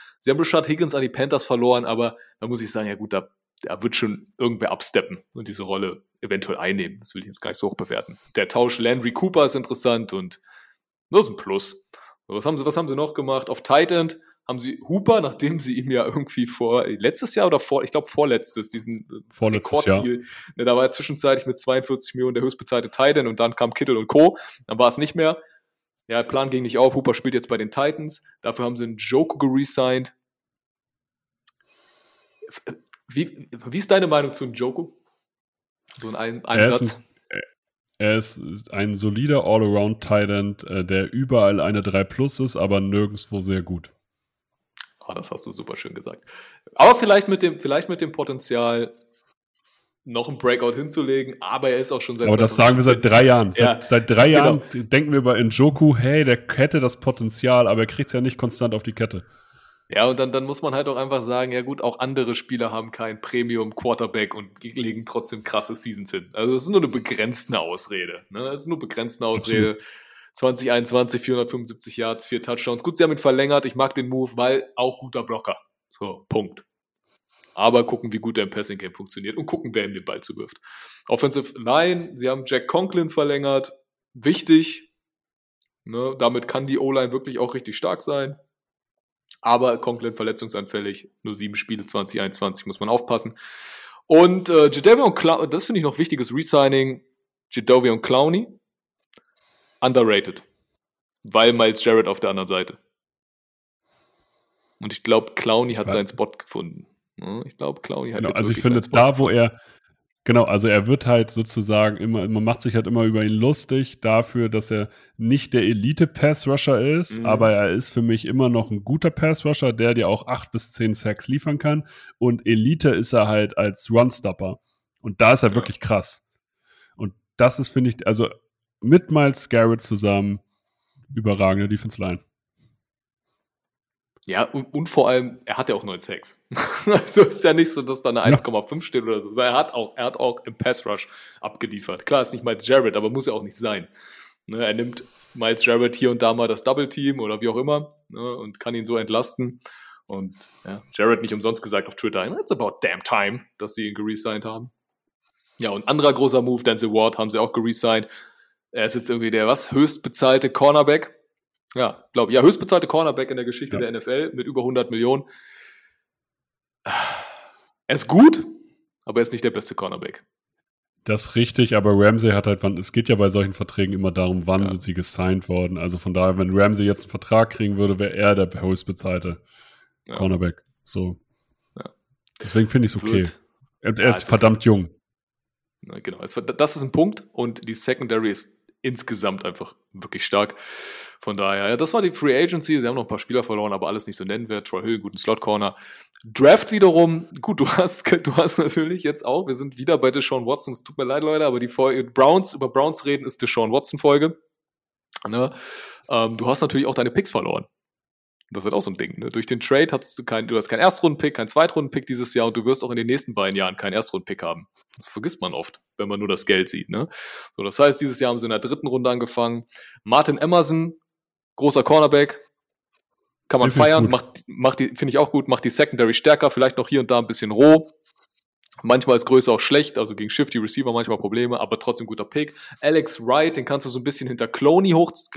an die Panthers verloren, aber da muss ich sagen, ja gut, da wird schon irgendwer absteppen und diese Rolle eventuell einnehmen. Das will ich jetzt gar nicht so hoch bewerten. Der Tausch Landry Cooper ist interessant und das ist ein Plus. Was haben sie noch gemacht? Auf Tight End haben sie Hooper, nachdem sie ihm ja irgendwie vorletztes Jahr, diesen Rekorddeal, ne, da war er zwischenzeitlich mit 42 Millionen der höchstbezahlte Tight End und dann kam Kittle und Co. Dann war es nicht mehr. Ja, der Plan ging nicht auf. Hooper spielt jetzt bei den Titans. Dafür haben sie einen Njoku geresigned. Wie ist deine Meinung zu Njoku? So in einem Satz. Er ist ein solider All-Around-Tight End, der überall eine 3+ ist, aber nirgendwo sehr gut. Das hast du super schön gesagt. Aber vielleicht mit dem Potenzial, noch einen Breakout hinzulegen, aber er ist auch schon seit... Aber das sagen wir seit 3 Jahren. Seit 3 Jahren denken wir über Njoku, hey, der hätte das Potenzial, aber er kriegt es ja nicht konstant auf die Kette. Ja, und dann muss man halt auch einfach sagen, ja gut, auch andere Spieler haben kein Premium-Quarterback und legen trotzdem krasse Seasons hin. Also das ist nur eine begrenzte Ausrede. Ne? Das ist nur eine begrenzte Ausrede. Absolut. 2021, 475 Yards, 4 Touchdowns. Gut, sie haben ihn verlängert. Ich mag den Move, weil auch guter Blocker. So, Punkt. Aber gucken, wie gut er im Passing-Game funktioniert und gucken, wer ihm den Ball zuwirft. Offensive Line, sie haben Jack Conklin verlängert. Wichtig. Ne? Damit kann die O-Line wirklich auch richtig stark sein. Aber Conklin verletzungsanfällig. Nur 7 Spiele 2021, muss man aufpassen. Und Jadeveon Clowney, das finde ich noch wichtiges Resigning. Jadeveon Clowney. Underrated. Weil Myles Jarrett auf der anderen Seite. Und ich glaube, Clowney hat weiß- seinen Spot gefunden. Ja, ich glaube, Clowney hat Genau, jetzt also ich wirklich finde, seinen Spot da wo gefunden. genau, also er wird halt sozusagen immer, man macht sich halt immer über ihn lustig dafür, dass er nicht der Elite-Pass-Rusher ist, aber er ist für mich immer noch ein guter Pass-Rusher, der dir auch 8 bis 10 Sacks liefern kann. Und Elite ist er halt als Run-Stopper. Und da ist er Ja. wirklich krass. Und das ist, finde ich, also mit Myles Garrett zusammen überragende Defense-Line. Ja, und vor allem, er hat ja auch 9 Sacks. Also ist ja nicht so, dass da eine 1,5 steht oder so. Er hat auch im Pass-Rush abgeliefert. Klar, ist nicht Myles Jarrett, aber muss ja auch nicht sein. Ne, er nimmt Myles Jarrett hier und da mal das Double-Team oder wie auch immer, ne, und kann ihn so entlasten. Und ja, Jarrett nicht umsonst gesagt auf Twitter, it's about damn time, dass sie ihn geresigned haben. Ja, und anderer großer Move, Denzel Ward, haben sie auch geresigned. Er ist jetzt irgendwie der, höchstbezahlte Cornerback. Ja, glaube ich. Ja, höchstbezahlte Cornerback in der Geschichte der NFL mit über 100 Millionen. Er ist gut, aber er ist nicht der beste Cornerback. Das ist richtig, aber Ramsey hat halt, es geht ja bei solchen Verträgen immer darum, wann sind sie gesigned worden. Also von daher, wenn Ramsey jetzt einen Vertrag kriegen würde, wäre er der höchstbezahlte Cornerback. So. Ja. Deswegen finde ich es okay. Und er ist verdammt jung. Na, genau, das ist ein Punkt und die Secondary ist insgesamt einfach wirklich stark. Von daher, ja, das war die Free Agency. Sie haben noch ein paar Spieler verloren, aber alles nicht so nennenswert. Troy Hill, guten Slot-Corner. Draft wiederum, gut, du hast natürlich jetzt auch, wir sind wieder bei Deshaun Watson. Es tut mir leid, Leute, aber die Folge über Browns reden ist Deshaun Watson-Folge. Ne? Du hast natürlich auch deine Picks verloren. Das ist halt auch so ein Ding. Ne? Durch den Trade du hast keinen Erstrunden-Pick, keinen Zweitrunden-Pick dieses Jahr und du wirst auch in den nächsten beiden Jahren keinen Erstrunden-Pick haben. Das vergisst man oft, wenn man nur das Geld sieht. Ne? So, das heißt, dieses Jahr haben sie in der 3. Runde angefangen. Martin Emerson, großer Cornerback, kann man feiern, finde ich auch gut, macht die Secondary stärker, vielleicht noch hier und da ein bisschen roh. Manchmal ist Größe auch schlecht, also gegen Shifty Receiver manchmal Probleme, aber trotzdem guter Pick. Alex Wright, den kannst du so ein bisschen hinter Clowney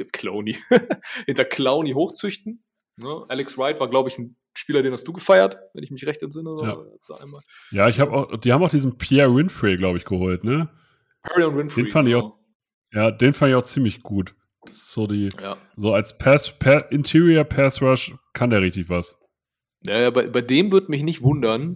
hochzüchten. Ne? Alex Wright war, glaube ich, ein Spieler, den hast du gefeiert, wenn ich mich recht entsinne. Ja, die haben auch diesen Pierre Winfrey, glaube ich, geholt, ne? Pierre Winfrey, den fand ich auch ziemlich gut. Das ist so so als Interior Pass Rush kann der richtig was. Ja, bei dem würde mich nicht wundern,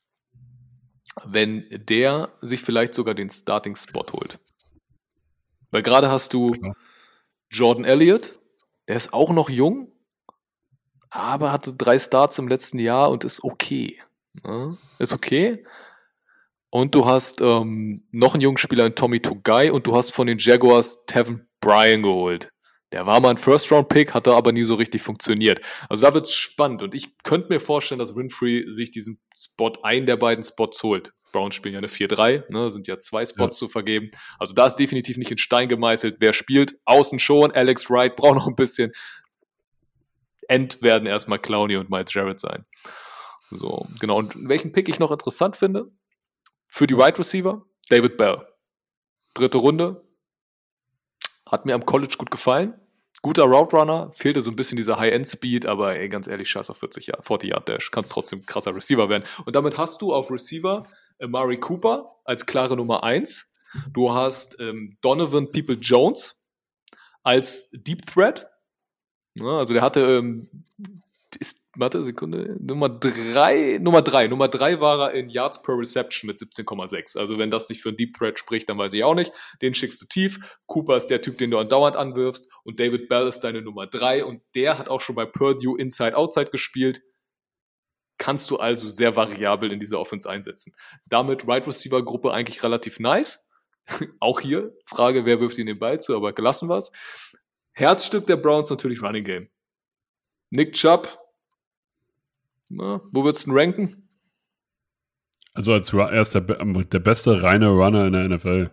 wenn der sich vielleicht sogar den Starting-Spot holt. Weil gerade hast du Jordan Elliott, der ist auch noch jung, aber hatte 3 Starts im letzten Jahr und ist okay. Ne? Ist okay. Und du hast noch einen jungen Spieler in Tommy Tugai und du hast von den Jaguars Tevin Bryan geholt. Der war mal ein First-Round-Pick, hat da aber nie so richtig funktioniert. Also da wird es spannend und ich könnte mir vorstellen, dass Winfrey sich diesen Spot, einen der beiden Spots holt. Browns spielen ja eine 4-3, ne, sind ja 2 Spots zu vergeben. Also da ist definitiv nicht in Stein gemeißelt, wer spielt. Außen schon, Alex Wright braucht noch ein bisschen. End werden erstmal Clowney und Myles Jarrett sein. So, genau. Und welchen Pick ich noch interessant finde, für die Wide Receiver, David Bell. 3. Runde. Hat mir am College gut gefallen. Guter Route Runner, fehlte so ein bisschen dieser High-End-Speed, aber ey, ganz ehrlich, scheiß auf 40-Yard-Dash. Kannst trotzdem krasser Receiver werden. Und damit hast du auf Receiver Amari Cooper als klare Nummer 1. Du hast Donovan People-Jones als Deep Threat. Ja, also der hatte Nummer 3 war er in Yards per Reception mit 17,6. Also wenn das nicht für einen Deep Threat spricht, dann weiß ich auch nicht. Den schickst du tief. Cooper ist der Typ, den du andauernd anwirfst und David Bell ist deine Nummer 3 und der hat auch schon bei Purdue Inside-Outside gespielt. Kannst du also sehr variabel in diese Offense einsetzen. Damit Wide Receiver Gruppe eigentlich relativ nice. Auch hier Frage, wer wirft ihnen den Ball zu, aber gelassen was. Herzstück der Browns natürlich Running Game. Nick Chubb, wo würdest du ihn ranken? Also er ist der beste reine Runner in der NFL.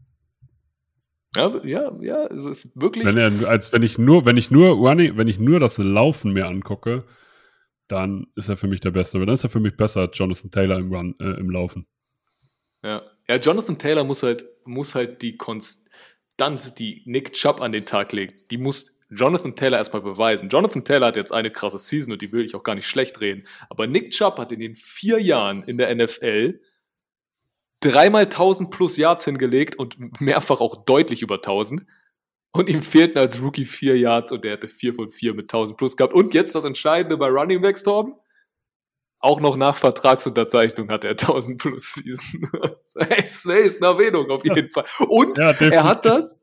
Ja, also ist wirklich. Wenn ich nur das Laufen mir angucke, dann ist er für mich der Beste. Aber dann ist er für mich besser als Jonathan Taylor im Laufen. Ja, Jonathan Taylor muss halt die Konstanz, die Nick Chubb an den Tag legt, die muss Jonathan Taylor erstmal beweisen. Jonathan Taylor hat jetzt eine krasse Season und die will ich auch gar nicht schlecht reden. Aber Nick Chubb hat in den 4 Jahren in der NFL 3-mal 1000 plus Yards hingelegt und mehrfach auch deutlich über 1000. Und ihm fehlten als Rookie 4 Yards und er hätte 4 von 4 mit 1000 plus gehabt. Und jetzt das Entscheidende bei Running Backs, Torben. Auch noch nach Vertragsunterzeichnung hat er 1000 plus Season. Das ist eine Erwähnung auf jeden Fall. Und er hat das,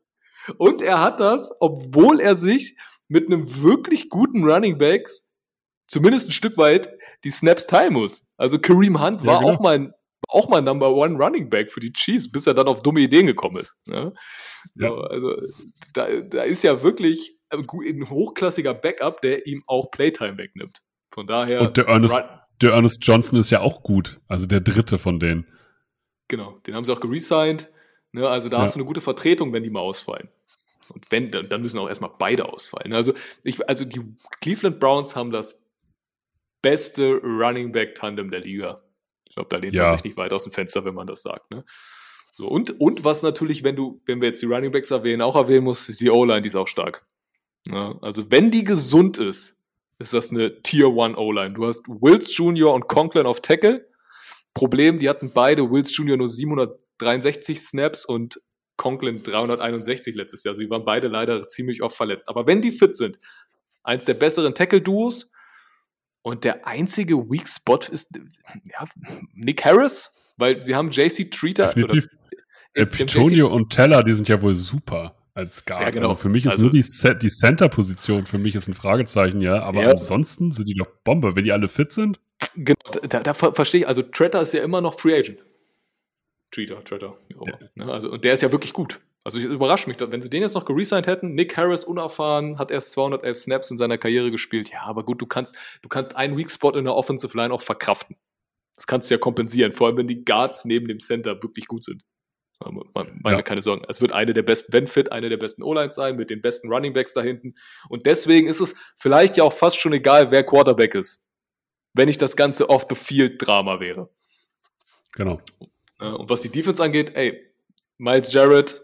obwohl er sich mit einem wirklich guten Running Backs zumindest ein Stück weit die Snaps teilen muss. Also Kareem Hunt war auch mal Number One Running Back für die Chiefs, bis er dann auf dumme Ideen gekommen ist. Ja? So, also da ist ja wirklich ein hochklassiger Backup, der ihm auch Playtime wegnimmt. Von daher. Und der Ernest Johnson ist ja auch gut, also der dritte von denen. Genau, den haben sie auch geresigned. Ne? Also da hast du eine gute Vertretung, wenn die mal ausfallen. Und wenn, dann müssen auch erstmal beide ausfallen. Also die Cleveland Browns haben das beste Running Back Tandem der Liga. Ich glaube, da lehnt man sich nicht weit aus dem Fenster, wenn man das sagt. Ne? So, und was natürlich, wenn wir jetzt die Running Backs erwähnen, auch erwähnen muss, ist die O-Line, die ist auch stark. Ja? Also wenn die gesund ist das eine Tier 1 O-Line. Du hast Wills Jr. und Conklin auf Tackle. Problem, die hatten beide, Wills Jr. nur 763 Snaps und Conklin 361 letztes Jahr. Also die waren beide leider ziemlich oft verletzt. Aber wenn die fit sind, eins der besseren Tackle-Duos und der einzige Weak Spot ist Nick Harris, weil sie haben JC Treater. Definitiv. Petonio und Teller, die sind ja wohl super als Guard. Ja, genau. Also für mich ist nur die Center-Position, für mich ist ein Fragezeichen, aber ansonsten sind die doch Bombe, wenn die alle fit sind. Genau, da verstehe ich, also Tretter ist ja immer noch Free Agent. Tretter. Ja. Also, und der ist ja wirklich gut. Also ich überrasche mich, wenn sie den jetzt noch geresigned hätten, Nick Harris unerfahren, hat erst 211 Snaps in seiner Karriere gespielt. Ja, aber gut, du kannst einen Weak Spot in der Offensive Line auch verkraften. Das kannst du ja kompensieren, vor allem wenn die Guards neben dem Center wirklich gut sind. Meine keine Sorgen. Es wird eine der besten, wenn fit, eine der besten O-Lines sein, mit den besten Running Backs da hinten. Und deswegen ist es vielleicht ja auch fast schon egal, wer Quarterback ist, wenn nicht das ganze Off-the-Field-Drama wäre. Genau. Und was die Defense angeht, Myles Jarrett,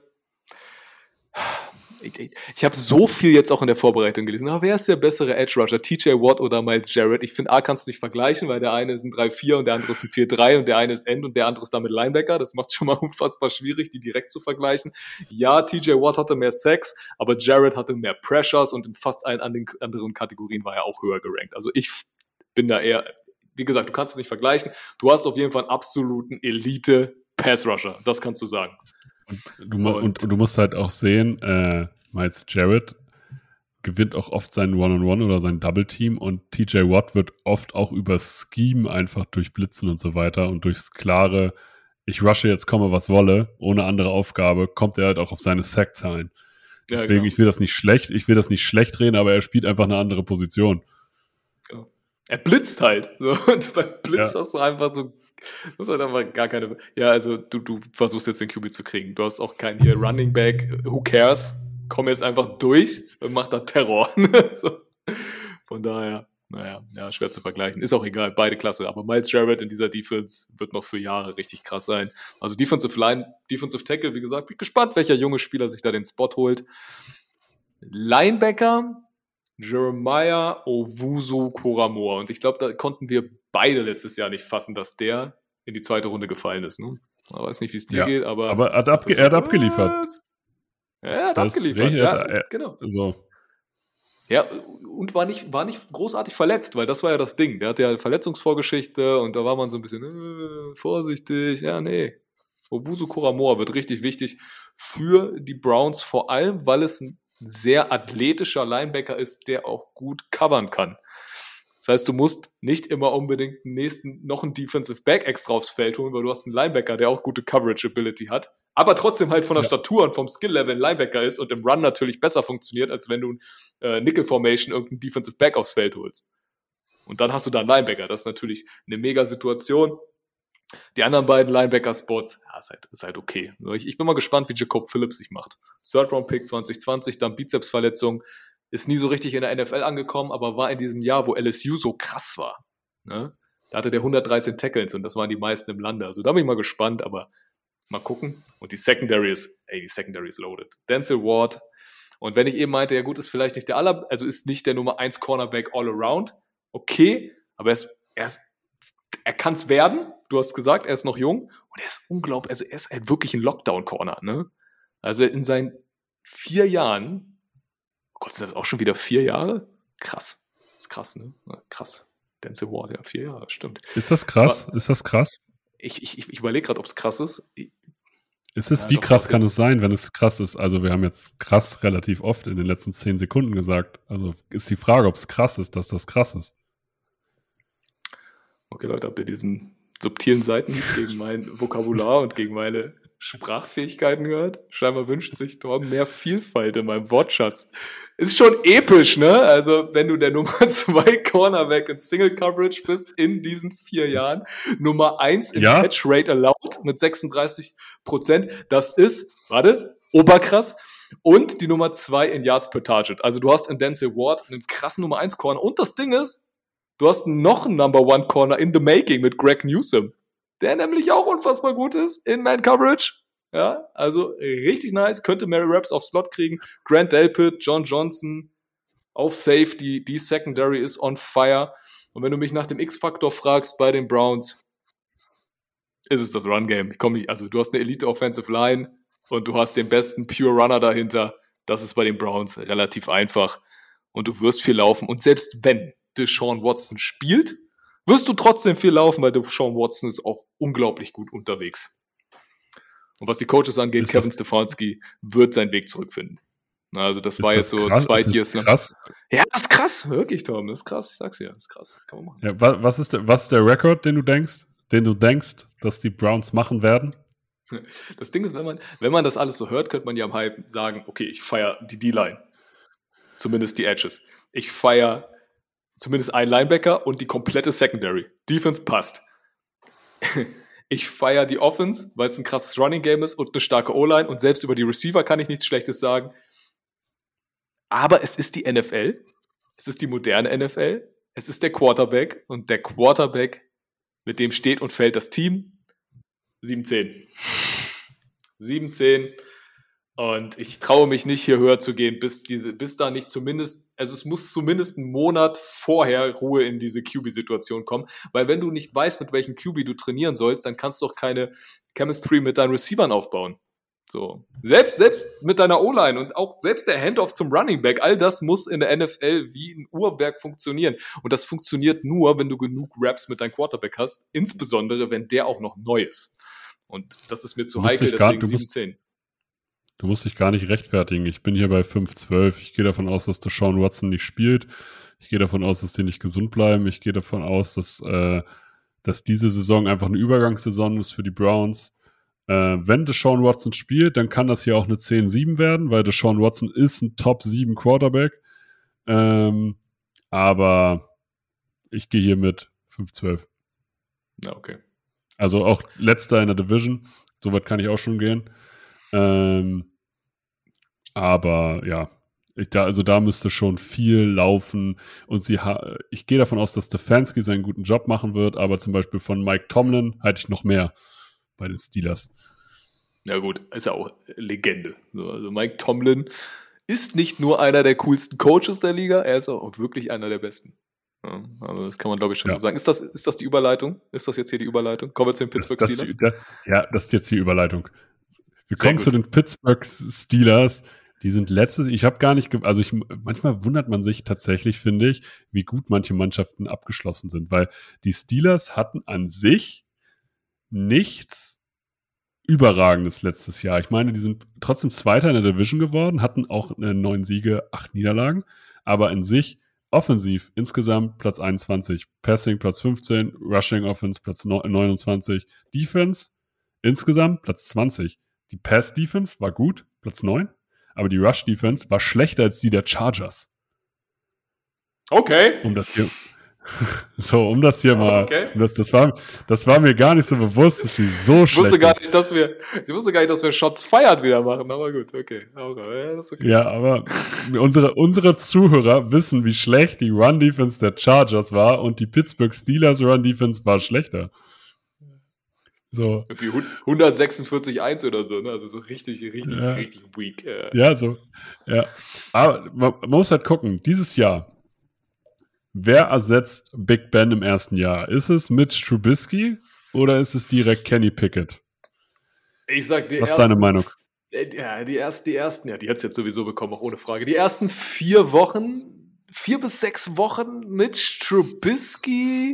ich habe so viel jetzt auch in der Vorbereitung gelesen. Wer ist der bessere Edge-Rusher, TJ Watt oder Myles Jarrett? Ich finde, kannst du nicht vergleichen, weil der eine ist ein 3-4 und der andere ist ein 4-3 und der eine ist End und der andere ist damit Linebacker. Das macht schon mal unfassbar schwierig, die direkt zu vergleichen. Ja, TJ Watt hatte mehr Sacks, aber Jarrett hatte mehr Pressures und in fast allen anderen Kategorien war er auch höher gerankt. Also ich bin da eher, wie gesagt, du kannst es nicht vergleichen. Du hast auf jeden Fall einen absoluten Elite-Pass-Rusher. Das kannst du sagen. Und du musst halt auch sehen, Myles Jarrett gewinnt auch oft sein One-on-One oder sein Double-Team und TJ Watt wird oft auch über Scheme einfach durch Blitzen und so weiter und durchs klare, ich rushe jetzt, komme was wolle, ohne andere Aufgabe, kommt er halt auch auf seine Sack-Zahlen. Deswegen, genau. Ich will das nicht schlecht reden, aber er spielt einfach eine andere Position. Genau. Er blitzt halt. So. Und beim Blitz hast du einfach so, du hast halt einfach gar keine. Ja, also du versuchst jetzt den QB zu kriegen. Du hast auch keinen hier Running Back, who cares? Komm jetzt einfach durch und mach da Terror. So. Von daher, schwer zu vergleichen. Ist auch egal, beide klasse. Aber Myles Jarrett in dieser Defense wird noch für Jahre richtig krass sein. Also Defensive Line, Defensive Tackle, wie gesagt, bin gespannt, welcher junge Spieler sich da den Spot holt. Linebacker, Jeremiah Owusu-Koramoah. Und ich glaube, da konnten wir beide letztes Jahr nicht fassen, dass der in die zweite Runde gefallen ist. Ne? Ich weiß nicht, wie es dir geht, aber er hat abgeliefert. Ja, er hat abgeliefert. Genau. So. Ja, und war nicht großartig verletzt, weil das war ja das Ding. Der hatte ja eine Verletzungsvorgeschichte und da war man so ein bisschen vorsichtig. Ja, nee. Owusu-Koramoah wird richtig wichtig für die Browns, vor allem, weil es ein sehr athletischer Linebacker ist, der auch gut covern kann. Das heißt, du musst nicht immer unbedingt noch einen Defensive Back extra aufs Feld holen, weil du hast einen Linebacker, der auch gute Coverage-Ability hat, aber trotzdem halt von der Statur und vom Skill-Level ein Linebacker ist und im Run natürlich besser funktioniert, als wenn du Nickel-Formation irgendeinen Defensive Back aufs Feld holst. Und dann hast du da einen Linebacker. Das ist natürlich eine mega Situation. Die anderen beiden Linebacker-Spots, ist halt okay. Ich bin mal gespannt, wie Jacob Phillips sich macht. Third-Round-Pick 2020, dann Bizepsverletzung, ist nie so richtig in der NFL angekommen, aber war in diesem Jahr, wo LSU so krass war. Ne? Da hatte der 113 Tackles und das waren die meisten im Lande. Also da bin ich mal gespannt, aber mal gucken. Und die Secondary ist loaded. Denzel Ward. Und wenn ich eben meinte, ja gut, ist vielleicht nicht ist nicht der Nummer 1 Cornerback all around. Okay, aber er kann es werden. Du hast gesagt, er ist noch jung und er ist unglaublich, also er ist halt wirklich ein Lockdown-Corner, ne? Also in seinen 4 Jahren, oh Gott, sind das auch schon wieder 4 Jahre? Krass. Das ist krass, ne? Krass. Denzel Ward, ja, 4 Jahre, stimmt. Ist das krass? Aber Ist das krass? ich überlege gerade, ob es krass ist. Ist es, Ja, wie doch, krass doch, kann ja. es sein, wenn es krass ist? Also wir haben jetzt krass relativ oft in den letzten 10 Sekunden gesagt. Also ist die Frage, ob es krass ist, dass das krass ist. Okay, Leute, habt ihr diesen subtilen Seiten gegen mein Vokabular und gegen meine Sprachfähigkeiten gehört? Scheinbar wünscht sich Torben mehr Vielfalt in meinem Wortschatz. Ist schon episch, ne? Also, wenn du der Nummer 2 Cornerback in Single Coverage bist in diesen 4 Jahren, Nummer 1 in Ja. Catch Rate allowed mit 36%, das ist, warte, oberkrass. Und die Nummer 2 in Yards per Target. Also, du hast in Denzel Ward einen krassen Nummer 1 Corner. Und das Ding ist, du hast noch einen Number 1 Corner in the making mit Greg Newsome, der nämlich auch unfassbar gut ist in Man-Coverage. Ja, also richtig nice. Könnte Mary Raps auf Slot kriegen. Grant Delpit, John Johnson auf Safety. Die Secondary ist on fire. Und wenn du mich nach dem X-Faktor fragst bei den Browns, ist es das Run-Game. Ich komme nicht, also du hast eine Elite-Offensive Line und du hast den besten Pure Runner dahinter. Das ist bei den Browns relativ einfach. Und du wirst viel laufen. Und selbst wenn Deshaun Watson spielt, wirst du trotzdem viel laufen, weil Deshaun Watson ist auch unglaublich gut unterwegs. Und was die Coaches angeht, Ist Kevin das- Stefanski wird seinen Weg zurückfinden. Also das war jetzt so krass? 2 Ist das Years lang. krass? Ja, das ist krass, wirklich, Tom, das ist krass, ich sag's dir, das ist krass, das kann man machen. Ja, was ist der Rekord, den du denkst, dass die Browns machen werden? Das Ding ist, wenn man das alles so hört, könnte man ja am Hype sagen, okay, ich feiere die D-Line. Zumindest die Edges. Ich feiere zumindest einen Linebacker und die komplette Secondary. Defense passt. Ich feiere die Offense, weil es ein krasses Running Game ist und eine starke O-Line und selbst über die Receiver kann ich nichts Schlechtes sagen. Aber es ist die NFL. Es ist die moderne NFL. Es ist der Quarterback und der Quarterback, mit dem steht und fällt das Team. 7-10. 7-10. Und ich traue mich nicht, hier höher zu gehen, bis da nicht zumindest, also es muss zumindest einen Monat vorher Ruhe in diese QB-Situation kommen, weil wenn du nicht weißt, mit welchem QB du trainieren sollst, dann kannst du auch keine Chemistry mit deinen Receivern aufbauen. So. Selbst mit deiner O-Line und auch selbst der Handoff zum Running Back, all das muss in der NFL wie ein Uhrwerk funktionieren. Und das funktioniert nur, wenn du genug Raps mit deinem Quarterback hast, insbesondere, wenn der auch noch neu ist. Und das ist mir zu heikel, deswegen 7-10. Du musst dich gar nicht rechtfertigen. Ich bin hier bei 5-12. Ich gehe davon aus, dass Deshaun Watson nicht spielt. Ich gehe davon aus, dass die nicht gesund bleiben. Ich gehe davon aus, dass diese Saison einfach eine Übergangssaison ist für die Browns. Wenn Deshaun Watson spielt, dann kann das hier auch eine 10-7 werden, weil Deshaun Watson ist ein Top-7 Quarterback. Aber ich gehe hier mit 5-12. Ja, okay. Also auch letzter in der Division. Soweit kann ich auch schon gehen. Aber ja, da müsste schon viel laufen. Und ich gehe davon aus, dass Stefanski seinen guten Job machen wird, aber zum Beispiel von Mike Tomlin halte ich noch mehr bei den Steelers. Ja gut, ist ja auch Legende. Also Mike Tomlin ist nicht nur einer der coolsten Coaches der Liga, er ist auch wirklich einer der besten. Ja, also das kann man, glaube ich, schon so sagen. Ist das die Überleitung? Ist das jetzt hier die Überleitung? Kommen wir zu den Pittsburgh Steelers? Das ist jetzt die Überleitung. Wir kommen zu den Pittsburgh Steelers. Die sind ich habe gar nicht, manchmal wundert man sich tatsächlich, finde ich, wie gut manche Mannschaften abgeschlossen sind, weil die Steelers hatten an sich nichts Überragendes letztes Jahr. Ich meine, die sind trotzdem Zweiter in der Division geworden, hatten auch 9 Siege, 8 Niederlagen, aber in sich offensiv insgesamt Platz 21, Passing Platz 15, Rushing Offense Platz 29, Defense insgesamt Platz 20. Die Pass-Defense war gut, Platz 9, aber die Rush-Defense war schlechter als die der Chargers. Okay. Um das hier mal, Okay. das war mir gar nicht so bewusst, dass sie so Ich wusste schlecht gar ist. nicht, dass wir Shots feiert wieder machen, aber gut, okay. Ja, das ist okay. Ja, aber unsere Zuhörer wissen, wie schlecht die Run-Defense der Chargers war und die Pittsburgh Steelers Run-Defense war schlechter. So. Irgendwie 146-1 oder so, ne? Also so richtig weak. Ja, so. Ja. Aber man muss halt gucken, dieses Jahr, wer ersetzt Big Ben im ersten Jahr? Ist es Mitch Trubisky oder ist es direkt Kenny Pickett? Ich sag dir Was ist deine Meinung? Ja, die ersten, ja, die hat es jetzt sowieso bekommen, auch ohne Frage. Die ersten 4 Wochen, 4 bis 6 Wochen mit Trubisky.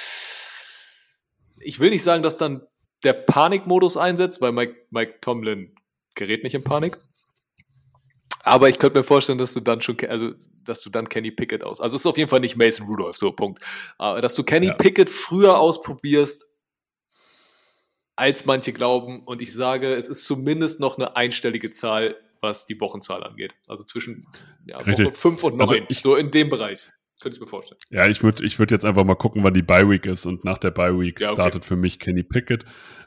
Ich will nicht sagen, dass dann der Panikmodus einsetzt, weil Mike Tomlin gerät nicht in Panik. Aber ich könnte mir vorstellen, dass du dann Kenny Pickett also es ist auf jeden Fall nicht Mason Rudolph, so Punkt. Aber dass du Kenny Pickett früher ausprobierst, als manche glauben. Und ich sage, es ist zumindest noch eine einstellige Zahl, was die Wochenzahl angeht. Also zwischen Woche 5 und 9, also so in dem Bereich. Könnte ich mir vorstellen. Ja, ich würd jetzt einfach mal gucken, wann die Bye-Week ist. Und nach der Bye-Week startet für mich Kenny Pickett.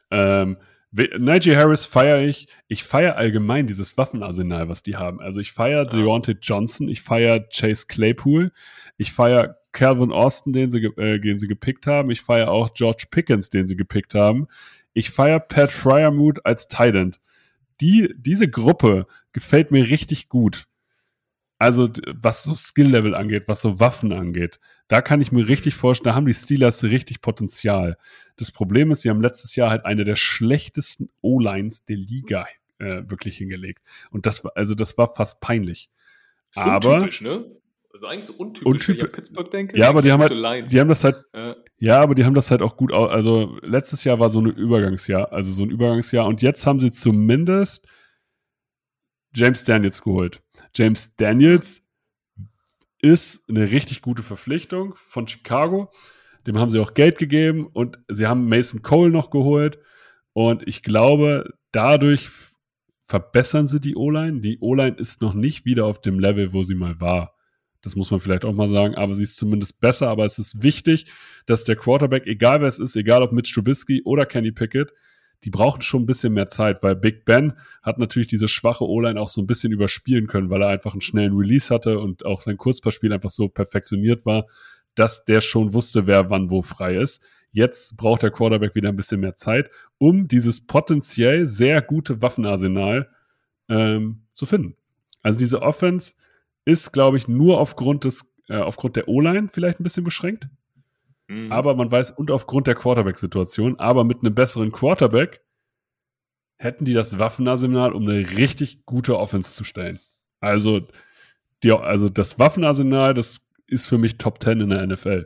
Najee Harris feiere ich. Ich feiere allgemein dieses Waffenarsenal, was die haben. Also ich feiere Deontay Johnson, ich feiere Chase Claypool, ich feiere Calvin Austin, den sie gepickt haben. Ich feiere auch George Pickens, den sie gepickt haben. Ich feiere Pat Freiermuth als Tight End. Diese Gruppe gefällt mir richtig gut. Also was so Skill-Level angeht, was so Waffen angeht, da kann ich mir richtig vorstellen, da haben die Steelers richtig Potenzial. Das Problem ist, sie haben letztes Jahr halt eine der schlechtesten O-Lines der Liga wirklich hingelegt. Und das war fast peinlich. Das ist untypisch, ne? Also eigentlich so untypisch, wenn ich an Pittsburgh denke. Ja, aber die haben das halt auch gut, also letztes Jahr war so ein Übergangsjahr und jetzt haben sie zumindest James Daniels geholt. James Daniels ist eine richtig gute Verpflichtung von Chicago. Dem haben sie auch Geld gegeben und sie haben Mason Cole noch geholt und ich glaube, dadurch verbessern sie die O-Line. Die O-Line ist noch nicht wieder auf dem Level, wo sie mal war. Das muss man vielleicht auch mal sagen, aber sie ist zumindest besser. Aber es ist wichtig, dass der Quarterback, egal wer es ist, egal ob Mitch Trubisky oder Kenny Pickett, die brauchen schon ein bisschen mehr Zeit, weil Big Ben hat natürlich diese schwache O-Line auch so ein bisschen überspielen können, weil er einfach einen schnellen Release hatte und auch sein Kurzpassspiel einfach so perfektioniert war, dass der schon wusste, wer wann wo frei ist. Jetzt braucht der Quarterback wieder ein bisschen mehr Zeit, um dieses potenziell sehr gute Waffenarsenal zu finden. Also diese Offense ist, glaube ich, nur aufgrund der O-Line vielleicht ein bisschen beschränkt. Aber man weiß, und aufgrund der Quarterback-Situation, aber mit einem besseren Quarterback hätten die das Waffenarsenal, um eine richtig gute Offense zu stellen. Also das Waffenarsenal, das ist für mich Top 10 in der NFL.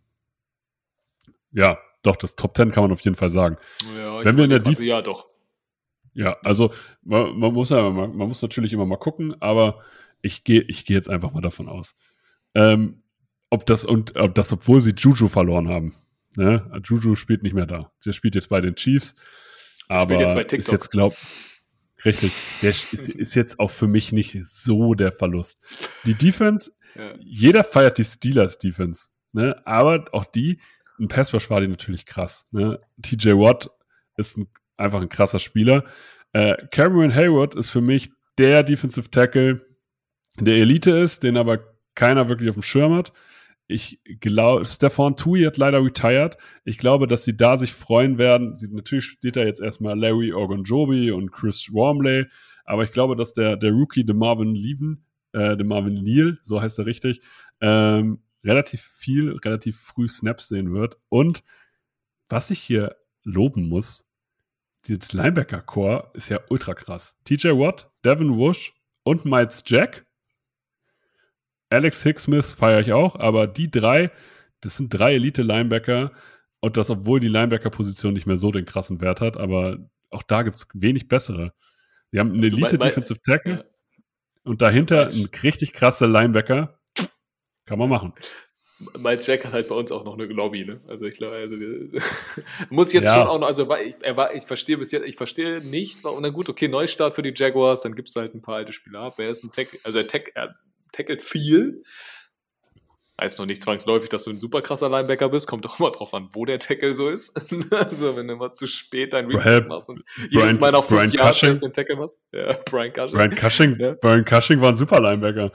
Ja, doch, das Top 10 kann man auf jeden Fall sagen. Ja, wenn wir in der ja, doch. Ja, also man muss natürlich immer mal gucken, aber ich gehe jetzt einfach mal davon aus. Ob das, obwohl sie Juju verloren haben. Ne? Juju spielt nicht mehr da. Der spielt jetzt bei den Chiefs. Aber jetzt bei TikTok. Ist jetzt, richtig, der ist jetzt auch für mich nicht so der Verlust. Die Defense, jeder feiert die Steelers-Defense. Ne? Aber auch ein Pass-Rush war die natürlich krass. Ne? TJ Watt ist einfach ein krasser Spieler. Cameron Hayward ist für mich der Defensive Tackle, der Elite ist, den aber keiner wirklich auf dem Schirm hat. Ich glaube, Stephon Tuitt hat leider retired. Ich glaube, dass sie da sich freuen werden. Natürlich steht da jetzt erstmal Larry Ogunjobi und Chris Wormley, aber ich glaube, dass der Rookie DeMarvin Leal, so heißt er richtig, relativ früh Snaps sehen wird. Und was ich hier loben muss, dieses Linebacker-Core ist ja ultra krass. TJ Watt, Devin Bush und Miles Jack. Alex Hicksmith feiere ich auch, aber die 3, das sind 3 Elite-Linebacker und das, obwohl die Linebacker-Position nicht mehr so den krassen Wert hat, aber auch da gibt es wenig bessere. Sie haben einen Elite-Defensive Tackle und dahinter ein richtig krasser Linebacker. Kann man machen. Miles Jack hat halt bei uns auch noch eine Lobby, ne? Also ich glaube, muss jetzt schon auch noch, also ich verstehe nicht, und dann gut, okay, Neustart für die Jaguars, dann gibt es halt ein paar alte Spieler ab. Er ist ein Tackle, also er tackelt viel. Heißt noch nicht zwangsläufig, dass du ein super krasser Linebacker bist. Kommt doch immer drauf an, wo der Tackle so ist. Also wenn du mal zu spät dein Reset machst und jedes Mal nach 5 Jahren den Tackle machst. Ja, Brian Cushing. Brian Cushing war ein super Linebacker.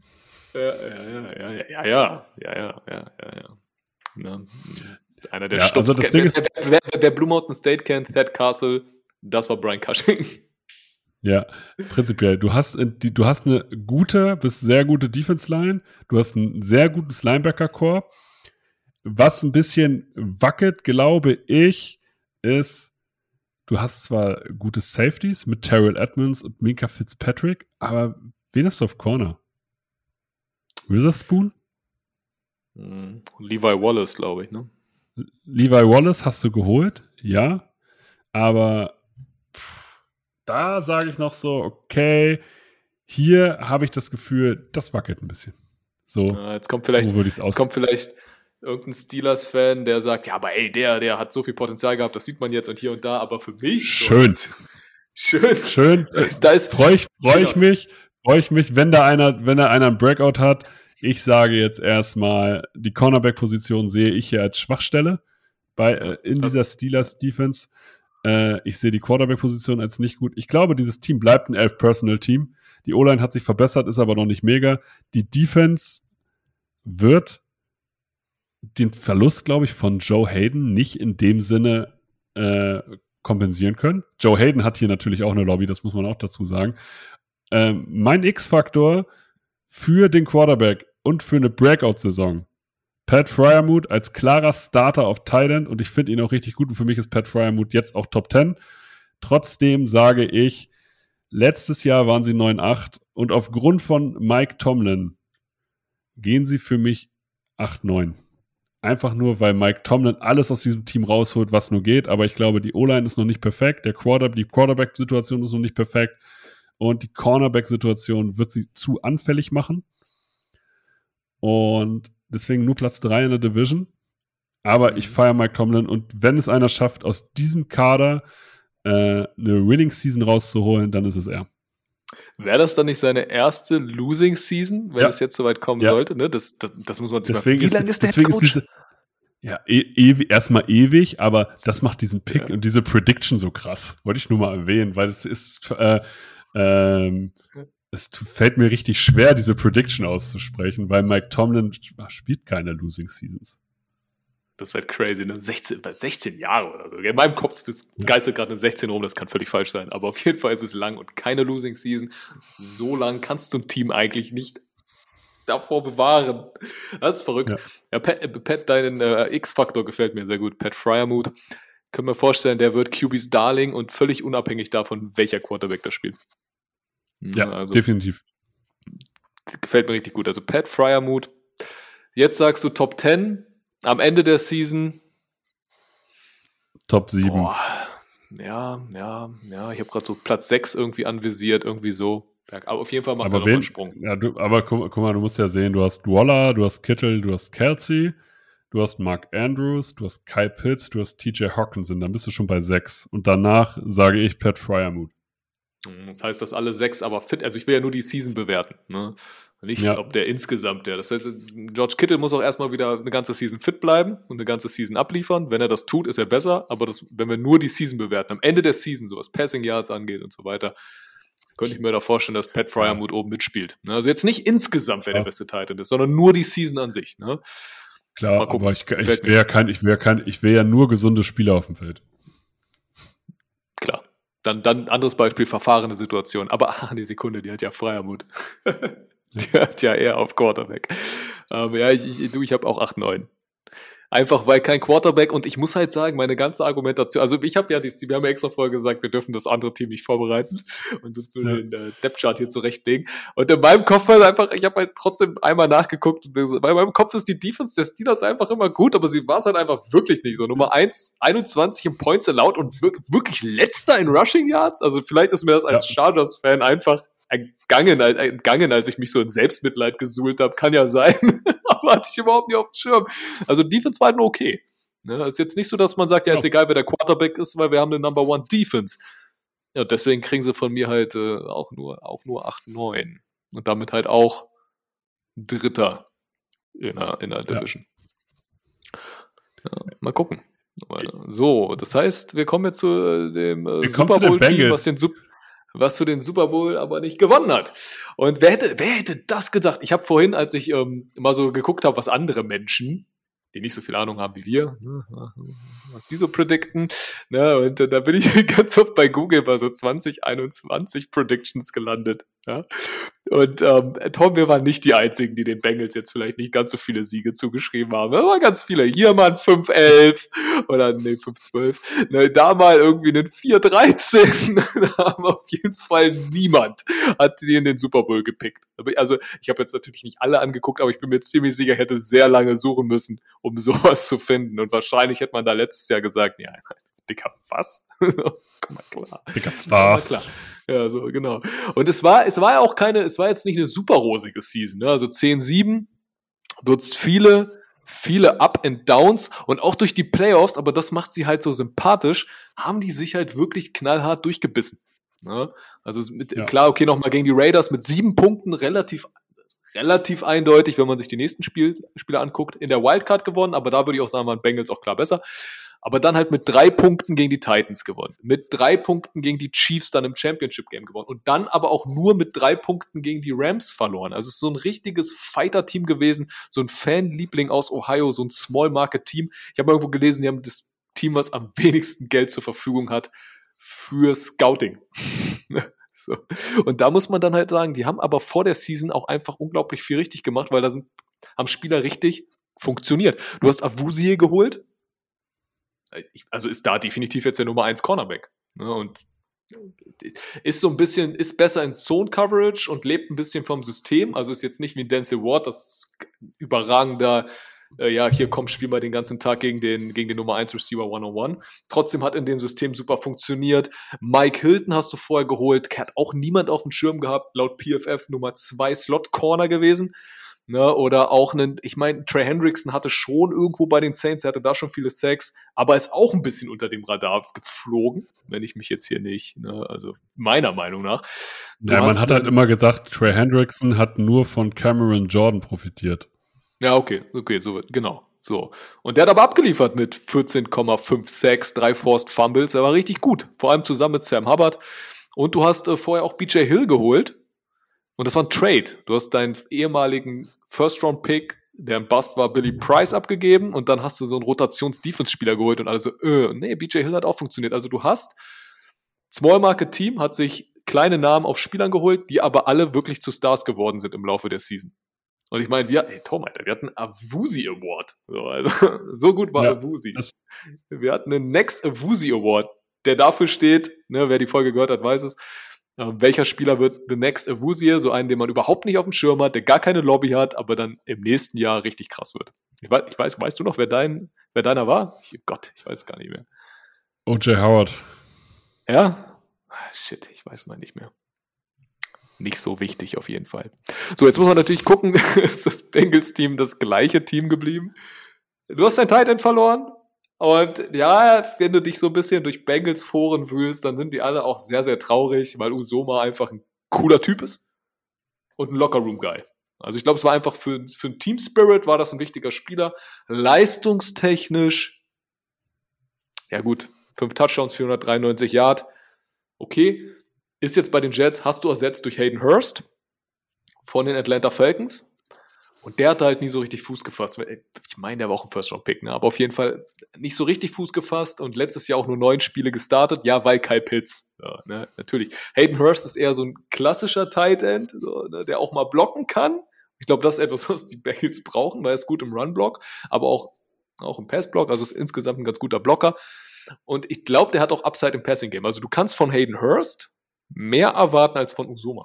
Ja. Einer der Stups. Also das Ding ist, wer Blue Mountain State kennt, Thad Castle, das war Brian Cushing. Ja, prinzipiell. Du hast eine gute bis sehr gute Defense-Line. Du hast ein sehr gutes Linebacker-Core. Was ein bisschen wackelt, glaube ich, ist Du hast zwar gute Safeties mit Terrell Edmonds und Minka Fitzpatrick, aber wen hast du auf Corner? Witherspoon? Levi Wallace, glaube ich, ne? Levi Wallace hast du geholt, ja, aber da sage ich noch so, okay, hier habe ich das Gefühl, das wackelt ein bisschen. So, jetzt kommt vielleicht, so würde ich es aus. kommt vielleicht irgendein Steelers-Fan, der sagt, ja, aber ey, der hat so viel Potenzial gehabt, das sieht man jetzt und hier und da, aber für mich... Schön. Schön. Freue ich mich, wenn da einer einen Breakout hat. Ich sage jetzt erstmal, die Cornerback-Position sehe ich hier als Schwachstelle in dieser Steelers-Defense. Ich sehe die Quarterback-Position als nicht gut. Ich glaube, dieses Team bleibt ein 11-Personal-Team. Die O-Line hat sich verbessert, ist aber noch nicht mega. Die Defense wird den Verlust, glaube ich, von Joe Hayden nicht in dem Sinne kompensieren können. Joe Hayden hat hier natürlich auch eine Lobby, das muss man auch dazu sagen. Mein X-Faktor für den Quarterback und für eine Breakout-Saison, Pat Freiermuth als klarer Starter auf Tight End, und ich finde ihn auch richtig gut, und für mich ist Pat Freiermuth jetzt auch Top 10. Trotzdem sage ich, letztes Jahr waren sie 9-8 und aufgrund von Mike Tomlin gehen sie für mich 8-9. Einfach nur, weil Mike Tomlin alles aus diesem Team rausholt, was nur geht. Aber ich glaube, die O-Line ist noch nicht perfekt. Die Quarterback-Situation ist noch nicht perfekt. Und die Cornerback-Situation wird sie zu anfällig machen. Und deswegen nur Platz 3 in der Division. Aber ich feiere Mike Tomlin. Und wenn es einer schafft, aus diesem Kader eine Winning-Season rauszuholen, dann ist es er. Wäre das dann nicht seine erste Losing-Season, wenn es jetzt soweit kommen sollte? Ne? Das muss man sich deswegen mal... Wie lange ist der Headcoach? Erstmal ewig, aber das macht diesen Pick und diese Prediction so krass. Wollte ich nur mal erwähnen, weil es ist es fällt mir richtig schwer, diese Prediction auszusprechen, weil Mike Tomlin spielt keine Losing Seasons. Das ist halt crazy, ne? 16 Jahre oder so. In meinem Kopf geistert gerade eine 16 rum, das kann völlig falsch sein. Aber auf jeden Fall ist es lang und keine Losing Season. So lang kannst du ein Team eigentlich nicht davor bewahren. Das ist verrückt. Ja, Pat, deinen X-Faktor gefällt mir sehr gut. Pat Freiermuth. Können wir vorstellen, der wird QB's Darling und völlig unabhängig davon, welcher Quarterback das spielt. Ja, also, definitiv. Gefällt mir richtig gut. Also Pat Freiermuth. Jetzt sagst du Top 10. Am Ende der Season Top 7. Ja. Ich habe gerade so Platz 6 irgendwie anvisiert, irgendwie so. Aber auf jeden Fall macht er noch einen Sprung. Ja, aber guck mal, du musst ja sehen, du hast Waller, du hast Kittle, du hast Kelsey, du hast Mark Andrews, du hast Kyle Pitts, du hast TJ Hawkinson. Dann bist du schon bei 6. Und danach sage ich Pat Freiermuth. Das heißt, dass alle 6 aber fit, also ich will ja nur die Season bewerten, ne? Nicht, ob der insgesamt das heißt, George Kittle muss auch erstmal wieder eine ganze Season fit bleiben und eine ganze Season abliefern. Wenn er das tut, ist er besser, aber wenn wir nur die Season bewerten, am Ende der Season, so was Passing Yards angeht und so weiter, könnte ich mir da vorstellen, dass Pat Freiermuth oben mitspielt. Also jetzt nicht insgesamt, wer der beste Tight End ist, sondern nur die Season an sich, ne? Klar, aber ich will ja nur gesunde Spieler auf dem Feld. Klar. Dann anderes Beispiel, verfahrene Situation. Aber die Sekunde, die hat ja Freiermuth. Die hat ja eher auf Quarterback. Ich habe auch 8-9. Einfach, weil kein Quarterback, und ich muss halt sagen, meine ganze Argumentation, also ich habe wir haben ja extra vorher gesagt, wir dürfen das andere Team nicht vorbereiten und uns den Depth-Chart hier zurechtlegen. Und in meinem Kopf war einfach, ich habe halt trotzdem einmal nachgeguckt, weil in meinem Kopf ist die Defense der Steelers einfach immer gut, aber sie war es halt einfach wirklich nicht so. Nummer 1, 21 in Points allowed und wirklich letzter in Rushing Yards. Also vielleicht ist mir das als Chargers-Fan einfach entgangen, als ich mich so in Selbstmitleid gesuhlt habe. Kann ja sein, aber hatte ich überhaupt nicht auf dem Schirm. Also Defense war halt nur okay. Ne, ist jetzt nicht so, dass man sagt, ja, ist egal, wer der Quarterback ist, weil wir haben eine Number One Defense. Ja, deswegen kriegen sie von mir halt auch nur 8-9. Und damit halt auch Dritter in der Division. Ja, mal gucken. So, das heißt, wir kommen jetzt zu dem Super Bowl-Team, was zu den Super Bowl aber nicht gewonnen hat. Und wer hätte das gedacht? Ich habe vorhin, als ich mal so geguckt habe, was andere Menschen, die nicht so viel Ahnung haben wie wir, was die so predikten, und da bin ich ganz oft bei Google bei so 2021 Predictions gelandet. Ja? Und Tom, wir waren nicht die Einzigen, die den Bengals jetzt vielleicht nicht ganz so viele Siege zugeschrieben haben. Da waren ganz viele. Hier mal ein 5-11 oder nee, 5-12. Ne, da mal irgendwie einen 4-13. Da haben auf jeden Fall niemand hat die in den Super Bowl gepickt. Also ich habe jetzt natürlich nicht alle angeguckt, aber ich bin mir ziemlich sicher, ich hätte sehr lange suchen müssen, um sowas zu finden. Und wahrscheinlich hätte man da letztes Jahr gesagt, ja, Dicker, was? Komm mal klar. Dicker, was? Klar. Ja, so, genau. Und es war ja auch es war jetzt nicht eine super rosige Season, ne? Also 10-7, nutzt viele Up and Downs und auch durch die Playoffs, aber das macht sie halt so sympathisch, haben die sich halt wirklich knallhart durchgebissen. Ne? Also klar, okay, nochmal gegen die Raiders mit 7 Punkten, relativ eindeutig, wenn man sich die nächsten Spiele anguckt, in der Wildcard gewonnen, aber da würde ich auch sagen, waren Bengals auch klar besser. Aber dann halt mit 3 Punkten gegen die Titans gewonnen. Mit 3 Punkten gegen die Chiefs dann im Championship-Game gewonnen. Und dann aber auch nur mit 3 Punkten gegen die Rams verloren. Also es ist so ein richtiges Fighter-Team gewesen. So ein Fanliebling aus Ohio, so ein Small-Market-Team. Ich habe irgendwo gelesen, die haben das Team, was am wenigsten Geld zur Verfügung hat für Scouting. So. Und da muss man dann halt sagen, die haben aber vor der Season auch einfach unglaublich viel richtig gemacht, weil haben Spieler richtig funktioniert. Du hast Awuzie geholt. Also ist da definitiv jetzt der Nummer 1 Cornerback. Ne? Und ist so ein bisschen, ist besser in Zone-Coverage und lebt ein bisschen vom System. Also ist jetzt nicht wie ein Denzel Ward, das überragender, hier komm, spiel mal den ganzen Tag gegen den Nummer 1 Receiver 101. Trotzdem hat in dem System super funktioniert. Mike Hilton hast du vorher geholt, hat auch niemand auf dem Schirm gehabt, laut PFF Nummer 2 Slot-Corner gewesen. Ne, oder auch Trey Hendrickson hatte schon irgendwo bei den Saints, er hatte da schon viele Sacks, aber ist auch ein bisschen unter dem Radar geflogen, wenn ich mich jetzt hier nicht, ne, also meiner Meinung nach. Man hat halt immer gesagt, Trey Hendrickson hat nur von Cameron Jordan profitiert. Ja, okay, so, genau, so. Und der hat aber abgeliefert mit 14,5 Sacks, 3 Forced Fumbles, er war richtig gut, vor allem zusammen mit Sam Hubbard. Und du hast vorher auch BJ Hill geholt. Und das war ein Trade. Du hast deinen ehemaligen First-Round-Pick, der ein Bust war, Billy Price abgegeben und dann hast du so einen Rotations-Defense-Spieler geholt und alle so, nee, BJ Hill hat auch funktioniert. Also du hast Small-Market-Team, hat sich kleine Namen auf Spielern geholt, die aber alle wirklich zu Stars geworden sind im Laufe der Season. Und ich meine, Tom, Alter, wir hatten einen Awuzie Award. So gut war Awuzie. Wir hatten einen Next Awuzie Award, der dafür steht, ne, wer die Folge gehört hat, weiß es, welcher Spieler wird the next Awuzie, so einen, den man überhaupt nicht auf dem Schirm hat, der gar keine Lobby hat, aber dann im nächsten Jahr richtig krass wird. Weißt du noch, wer deiner war? Ich weiß es gar nicht mehr. O.J. Howard. Ja? Shit, ich weiß es nicht mehr. Nicht so wichtig auf jeden Fall. So, jetzt muss man natürlich gucken, ist das Bengals-Team das gleiche Team geblieben? Du hast dein Tight End verloren. Und ja, wenn du dich so ein bisschen durch Bengals-Foren wühlst, dann sind die alle auch sehr, sehr traurig, weil Uzomah einfach ein cooler Typ ist und ein Locker-Room-Guy. Also ich glaube, es war einfach für ein Team-Spirit war das ein wichtiger Spieler. Leistungstechnisch, ja gut, 5 Touchdowns, 493 Yard, okay. Ist jetzt bei den Jets, hast du ersetzt durch Hayden Hurst von den Atlanta Falcons. Und der hat halt nie so richtig Fuß gefasst. Ich meine, der war auch ein First-Round-Pick, ne? Aber auf jeden Fall nicht so richtig Fuß gefasst und letztes Jahr auch nur 9 Spiele gestartet. Ja, weil Kyle Pitts. Ja, ne? Natürlich. Hayden Hurst ist eher so ein klassischer Tight End, so, ne? Der auch mal blocken kann. Ich glaube, das ist etwas, was die Bengals brauchen, weil er ist gut im Run-Block, aber auch im Pass-Block. Also ist insgesamt ein ganz guter Blocker. Und ich glaube, der hat auch Upside im Passing-Game. Also du kannst von Hayden Hurst mehr erwarten als von Uzomah.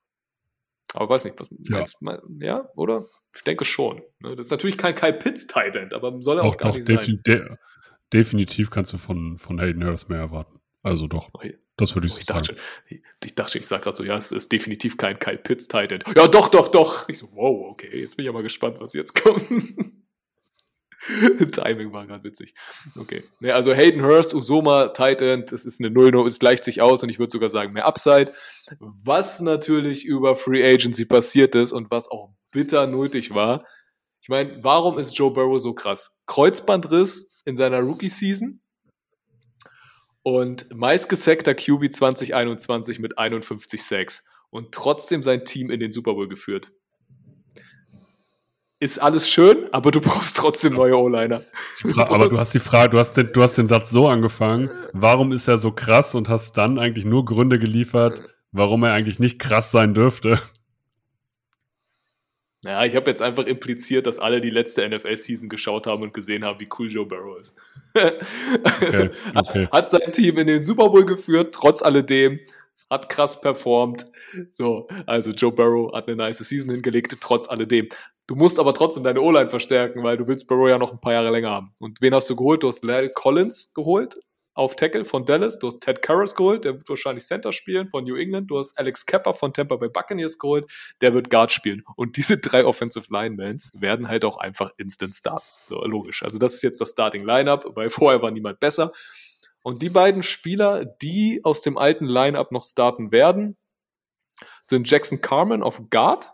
Aber weiß nicht, was meinst du? Ja, oder? Ich denke schon. Das ist natürlich kein Kyle Pitts Tight End, aber soll er auch gar nicht sein. Definitiv kannst du von Hayden Hurst mehr erwarten. Also doch, das würde ich so sagen. Ich dachte, ich sage gerade so, ja, es ist definitiv kein Kyle Pitts Tight End. Ja, doch. Ich so, wow, okay, jetzt bin ich ja mal gespannt, was jetzt kommt. Timing war gerade witzig. Okay. Ne, also Hayden Hurst, Uzomah, Tight End, das ist eine 0-0, es gleicht sich aus und ich würde sogar sagen, mehr Upside. Was natürlich über Free Agency passiert ist und was auch bitter nötig war. Ich meine, warum ist Joe Burrow so krass? Kreuzbandriss in seiner Rookie-Season und meistgesackter QB 2021 mit 51 Sacks und trotzdem sein Team in den Super Bowl geführt. Ist alles schön, aber du brauchst trotzdem neue O-Liner. Aber du hast den Satz so angefangen, warum ist er so krass und hast dann eigentlich nur Gründe geliefert, warum er eigentlich nicht krass sein dürfte. Ja, ich habe jetzt einfach impliziert, dass alle die letzte NFL-Season geschaut haben und gesehen haben, wie cool Joe Burrow ist. Okay. Hat sein Team in den Super Bowl geführt, trotz alledem, hat krass performt. So, also Joe Burrow hat eine nice Season hingelegt, trotz alledem. Du musst aber trotzdem deine O-Line verstärken, weil du willst Burrow ja noch ein paar Jahre länger haben. Und wen hast du geholt? Du hast Larry Collins geholt auf Tackle von Dallas. Du hast Ted Karras geholt, der wird wahrscheinlich Center spielen von New England. Du hast Alex Kepper von Tampa Bay Buccaneers geholt, der wird Guard spielen. Und diese 3 Offensive Linemans werden halt auch einfach instant starten. So, logisch. Also das ist jetzt das Starting Lineup, weil vorher war niemand besser. Und die beiden Spieler, die aus dem alten Lineup noch starten werden, sind Jackson Carman auf Guard,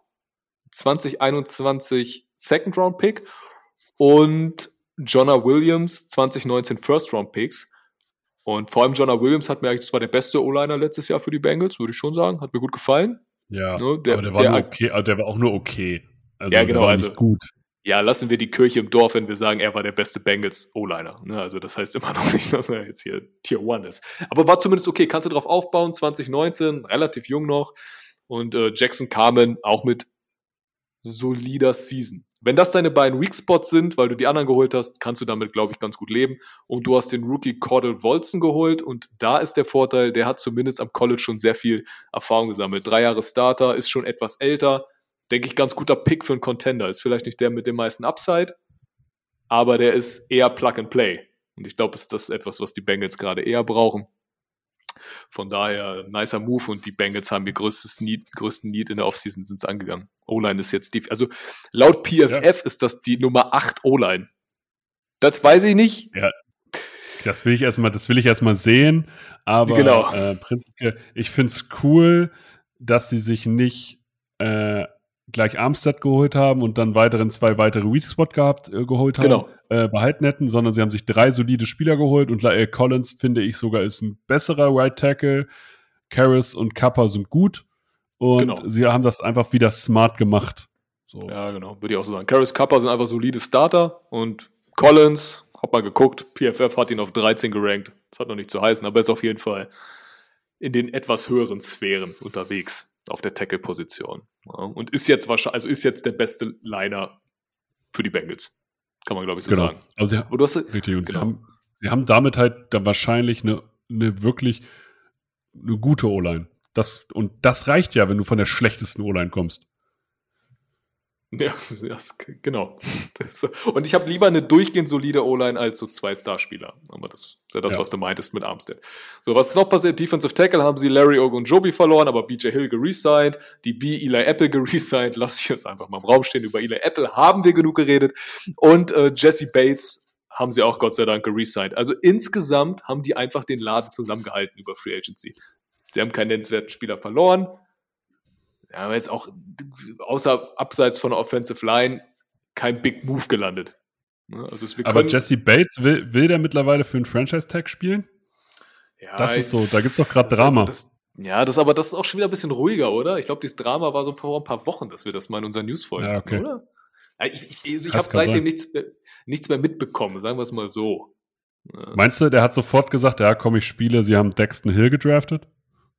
2021 Second Round Pick und Jonah Williams, 2019 First Round Picks. Und vor allem Jonah Williams hat mir eigentlich, das war der beste O-Liner letztes Jahr für die Bengals, würde ich schon sagen. Hat mir gut gefallen. Ja, Ne, aber der war nur okay, also der war auch nur okay. Also ja, genau, der war also nicht gut. Ja, lassen wir die Kirche im Dorf, wenn wir sagen, er war der beste Bengals O-Liner. Ne, also das heißt immer noch nicht, dass er jetzt hier Tier 1 ist. Aber war zumindest okay, kannst du drauf aufbauen, 2019, relativ jung noch. Und Jackson Carman auch mit solider Season. Wenn das deine beiden Weak Spots sind, weil du die anderen geholt hast, kannst du damit, glaube ich, ganz gut leben. Und du hast den Rookie Cordell Volson geholt und da ist der Vorteil, der hat zumindest am College schon sehr viel Erfahrung gesammelt. 3 Jahre Starter, ist schon etwas älter. Denke ich, ganz guter Pick für einen Contender. Ist vielleicht nicht der mit dem meisten Upside, aber der ist eher Plug and Play. Und ich glaube, das ist etwas, was die Bengals gerade eher brauchen. Von daher, nicer Move und die Bengals haben ihr größten Need in der Offseason sind es angegangen. O-Line ist jetzt also laut PFF ist das die Nummer 8 O-Line. Das weiß ich nicht. Ja, das will ich erstmal sehen, aber Genau. prinzipiell, ich finde es cool, dass sie sich nicht gleich Armstead geholt haben und dann zwei weitere Weak Spot geholt haben, Genau. Behalten hätten, sondern sie haben sich 3 solide Spieler geholt und Collins, finde ich sogar, ist ein besserer Right Tackle. Karras und Kappa sind gut und sie haben das einfach wieder smart gemacht. So. Ja, genau, würde ich auch so sagen. Karras, Kappa sind einfach solide Starter und Collins, hab mal geguckt, PFF hat ihn auf 13 gerankt. Das hat noch nicht zu heißen, aber er ist auf jeden Fall in den etwas höheren Sphären unterwegs auf der Tackle-Position. Ja, und ist jetzt wahrscheinlich, also ist jetzt der beste Liner für die Bengals. Kann man, glaube ich, so sagen. Also sie haben damit halt dann wahrscheinlich eine wirklich eine gute O-Line. Und das reicht ja, wenn du von der schlechtesten O-Line kommst. Ja, genau. Und ich habe lieber eine durchgehend solide O-Line als so 2 Starspieler. Aber das ist ja das, was du meintest mit Armstead. So, was ist noch passiert? Defensive Tackle haben sie Larry Ogunjobi verloren, aber BJ Hill geresigned, die B Eli Apple geresigned. Lass ich jetzt einfach mal im Raum stehen. Über Eli Apple haben wir genug geredet. Und Jesse Bates haben sie auch Gott sei Dank geresigned. Also insgesamt haben die einfach den Laden zusammengehalten über Free Agency. Sie haben keinen nennenswerten Spieler verloren. Ja, aber jetzt auch abseits von der Offensive Line kein Big Move gelandet. Also aber Jesse Bates, will der mittlerweile für einen Franchise-Tag spielen? Ja, das ist so, da gibt es doch gerade Drama. Das ist auch schon wieder ein bisschen ruhiger, oder? Ich glaube, dieses Drama war so vor ein paar Wochen, dass wir das mal in unseren Newsfolgen hatten, oder? Ich habe seitdem nichts mehr mitbekommen, sagen wir es mal so. Meinst du, der hat sofort gesagt, ja komm, ich spiele, sie haben Daxton Hill gedraftet?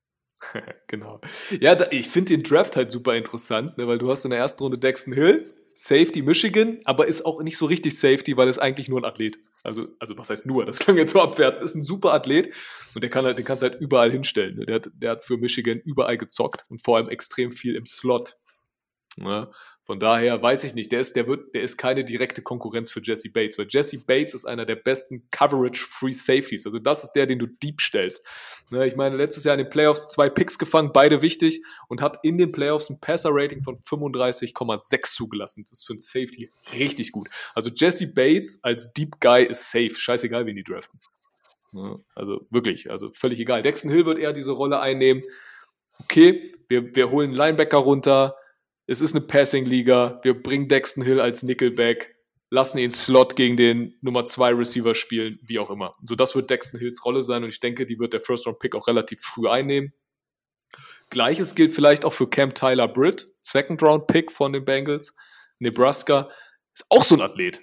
Genau. Ja, ich finde den Draft halt super interessant, ne, weil du hast in der ersten Runde Daxton Hill, Safety Michigan, aber ist auch nicht so richtig Safety, weil es eigentlich nur ein Athlet. Also was heißt nur? Das klang jetzt so abwertend. Ist ein super Athlet und den kannst du halt überall hinstellen. Ne? Der hat für Michigan überall gezockt und vor allem extrem viel im Slot. Ne? Von daher weiß ich nicht, der ist keine direkte Konkurrenz für Jesse Bates, weil Jesse Bates ist einer der besten Coverage-Free Safeties. Also das ist der, den du deep stellst. Ne, ich meine, letztes Jahr in den Playoffs 2 Picks gefangen, beide wichtig und hat in den Playoffs ein Passer-Rating von 35,6 zugelassen. Das ist für ein Safety richtig gut. Also Jesse Bates als Deep Guy ist safe. Scheißegal, wen die draften. Ne, also wirklich, also völlig egal. Daxton Hill wird eher diese Rolle einnehmen. Okay, wir holen einen Linebacker runter. Es ist eine Passing-Liga. Wir bringen Daxton Hill als Nickelback, lassen ihn Slot gegen den Nummer 2 Receiver spielen, wie auch immer. So, das wird Daxton Hills Rolle sein und ich denke, die wird der First-Round-Pick auch relativ früh einnehmen. Gleiches gilt vielleicht auch für Cam Tyler-Britt, Second-Round-Pick von den Bengals. Nebraska ist auch so ein Athlet.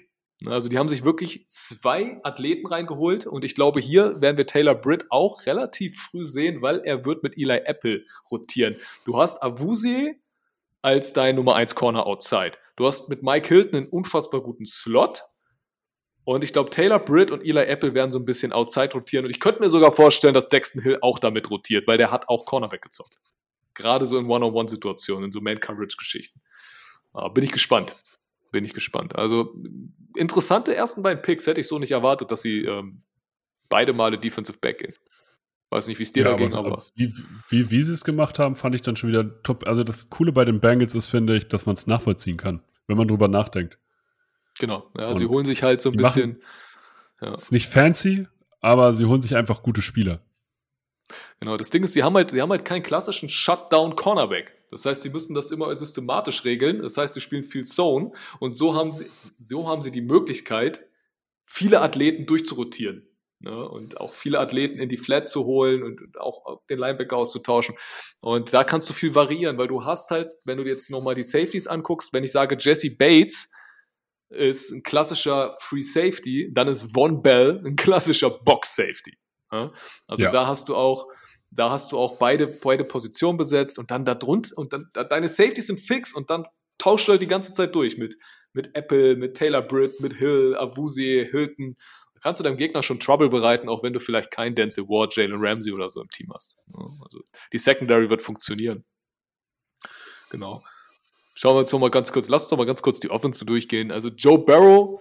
Also die haben sich wirklich 2 Athleten reingeholt und ich glaube, hier werden wir Taylor Britt auch relativ früh sehen, weil er wird mit Eli Apple rotieren. Du hast Awuzie als dein Nummer 1 Corner Outside. Du hast mit Mike Hilton einen unfassbar guten Slot und ich glaube, Taylor Britt und Eli Apple werden so ein bisschen Outside rotieren und ich könnte mir sogar vorstellen, dass Daxton Hill auch damit rotiert, weil der hat auch Cornerback gezockt. Gerade so in One-on-One-Situationen, in so Man-Coverage-Geschichten. Bin ich gespannt. Also interessante ersten beiden Picks. Hätte ich so nicht erwartet, dass sie beide Male Defensive Back gehen. Weiß nicht, wie es dir da ging, aber wie sie es gemacht haben, fand ich dann schon wieder top. Also das Coole bei den Bengals ist, finde ich, dass man es nachvollziehen kann, wenn man drüber nachdenkt. Genau, ja, sie holen sich halt so ein bisschen. Ist nicht fancy, aber sie holen sich einfach gute Spieler. Genau, das Ding ist, sie haben halt keinen klassischen Shutdown-Cornerback. Das heißt, sie müssen das immer systematisch regeln. Das heißt, sie spielen viel Zone und so haben sie die Möglichkeit, viele Athleten durchzurotieren. Ne? Und auch viele Athleten in die Flat zu holen und auch den Linebacker auszutauschen. Und da kannst du viel variieren, weil du hast halt, wenn du dir jetzt nochmal die Safeties anguckst, wenn ich sage, Jesse Bates ist ein klassischer Free Safety, dann ist Von Bell ein klassischer Box Safety. Ja? Also da hast du auch beide Positionen besetzt und dann da drunter und dann deine Safeties sind fix und dann tauschst du halt die ganze Zeit durch mit Apple, mit Taylor Britt, mit Hill, Awuzie, Hilton. Da kannst du deinem Gegner schon Trouble bereiten, auch wenn du vielleicht keinen Denzel Ward, Jalen Ramsey oder so im Team hast. Ja, also die Secondary wird funktionieren. Genau. Lass uns doch mal ganz kurz die Offense durchgehen. Also Joe Burrow,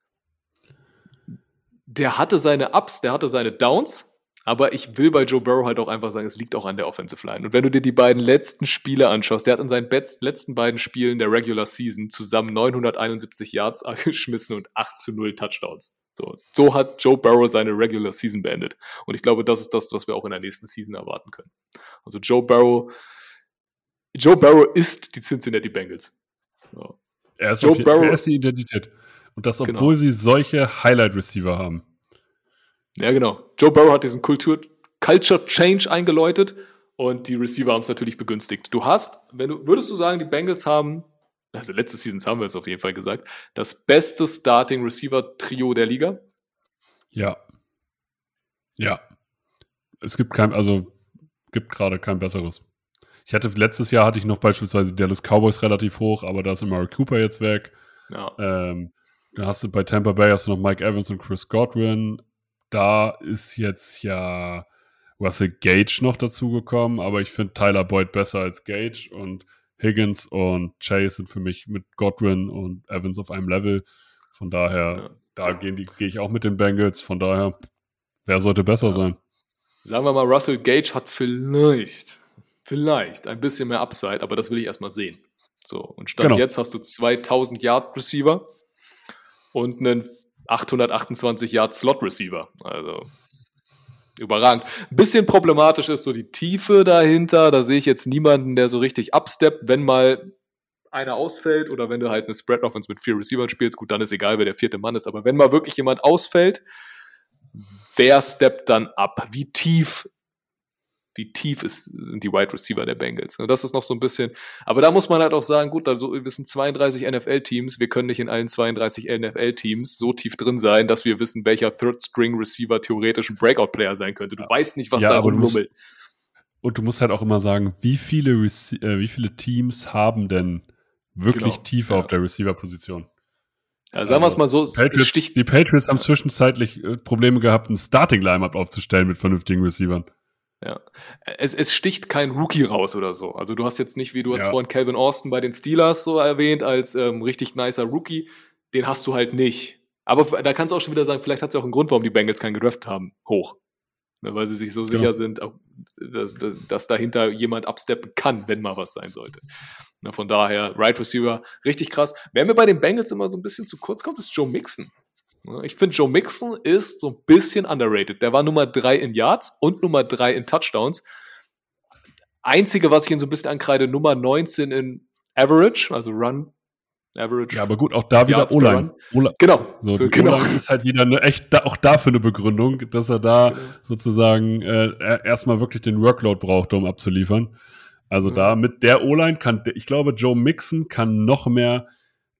der hatte seine Ups, der hatte seine Downs. Aber ich will bei Joe Burrow halt auch einfach sagen, es liegt auch an der Offensive Line. Und wenn du dir die beiden letzten Spiele anschaust, der hat in seinen letzten beiden Spielen der Regular Season zusammen 971 Yards geschmissen und 8-0 Touchdowns. So hat Joe Burrow seine Regular Season beendet. Und ich glaube, das ist das, was wir auch in der nächsten Season erwarten können. Also Joe Burrow ist die Cincinnati Bengals. Ja. Er ist die Identität. Und das, obwohl sie solche Highlight-Receiver haben. Ja, genau. Joe Burrow hat diesen Culture Change eingeläutet und die Receiver haben es natürlich begünstigt. Würdest du sagen, die Bengals haben, also letzte Seasons haben wir es auf jeden Fall gesagt, das beste Starting Receiver Trio der Liga? Ja. Ja. Es gibt gerade kein besseres. Letztes Jahr hatte ich noch beispielsweise Dallas Cowboys relativ hoch, aber da ist Amari Cooper jetzt weg. Ja. Dann hast du bei Tampa Bay noch Mike Evans und Chris Godwin. Da ist jetzt ja Russell Gage noch dazugekommen, aber ich finde Tyler Boyd besser als Gage und Higgins und Chase sind für mich mit Godwin und Evans auf einem Level. Von daher, gehe ich auch mit den Bengals. Von daher, wer sollte besser sein? Sagen wir mal, Russell Gage hat vielleicht ein bisschen mehr Upside, aber das will ich erstmal sehen. So, und jetzt hast du 2000 Yard Receiver und einen 828 Yard Slot Receiver. Also überragend. Ein bisschen problematisch ist so die Tiefe dahinter. Da sehe ich jetzt niemanden, der so richtig upsteppt, wenn mal einer ausfällt oder wenn du halt eine Spread Offense mit 4 Receivern spielst. Gut, dann ist egal, wer der 4. Mann ist. Aber wenn mal wirklich jemand ausfällt, wer steppt dann ab? Wie tief sind die Wide Receiver der Bengals? Und das ist noch so ein bisschen, aber da muss man halt auch sagen, gut, also wir wissen 32 NFL-Teams, wir können nicht in allen 32 NFL-Teams so tief drin sein, dass wir wissen, welcher Third-String-Receiver theoretisch ein Breakout-Player sein könnte. Du weißt nicht, was da rumlummelt. Und du musst halt auch immer sagen, wie viele Teams haben denn wirklich Tiefe auf der Receiver-Position? Ja, sagen wir es mal so. Die Patriots haben zwischenzeitlich Probleme gehabt, ein Starting-Line-Up aufzustellen mit vernünftigen Receivern. Ja, es sticht kein Rookie raus oder so. Also du hast jetzt nicht, wie du jetzt vorhin Calvin Austin bei den Steelers so erwähnt, als richtig nicer Rookie. Den hast du halt nicht. Aber da kannst du auch schon wieder sagen, vielleicht hat es ja auch einen Grund, warum die Bengals keinen gedraftet haben. Hoch. Ne, weil sie sich so sicher sind, dass dahinter jemand absteppen kann, wenn mal was sein sollte. Na, von daher, Right Receiver, richtig krass. Wer mir bei den Bengals immer so ein bisschen zu kurz kommt, ist Joe Mixon. Ich finde, Joe Mixon ist so ein bisschen underrated. Der war Nummer 3 in Yards und Nummer 3 in Touchdowns. Einzige, was ich ihn so ein bisschen ankreide, Nummer 19 in Average, also Run Average. Ja, aber gut, auch da wieder O-Line. Genau. O-Line ist halt wieder auch dafür eine Begründung, dass er da sozusagen erstmal wirklich den Workload brauchte, um abzuliefern. Also da mit der O-Line ich glaube, Joe Mixon kann noch mehr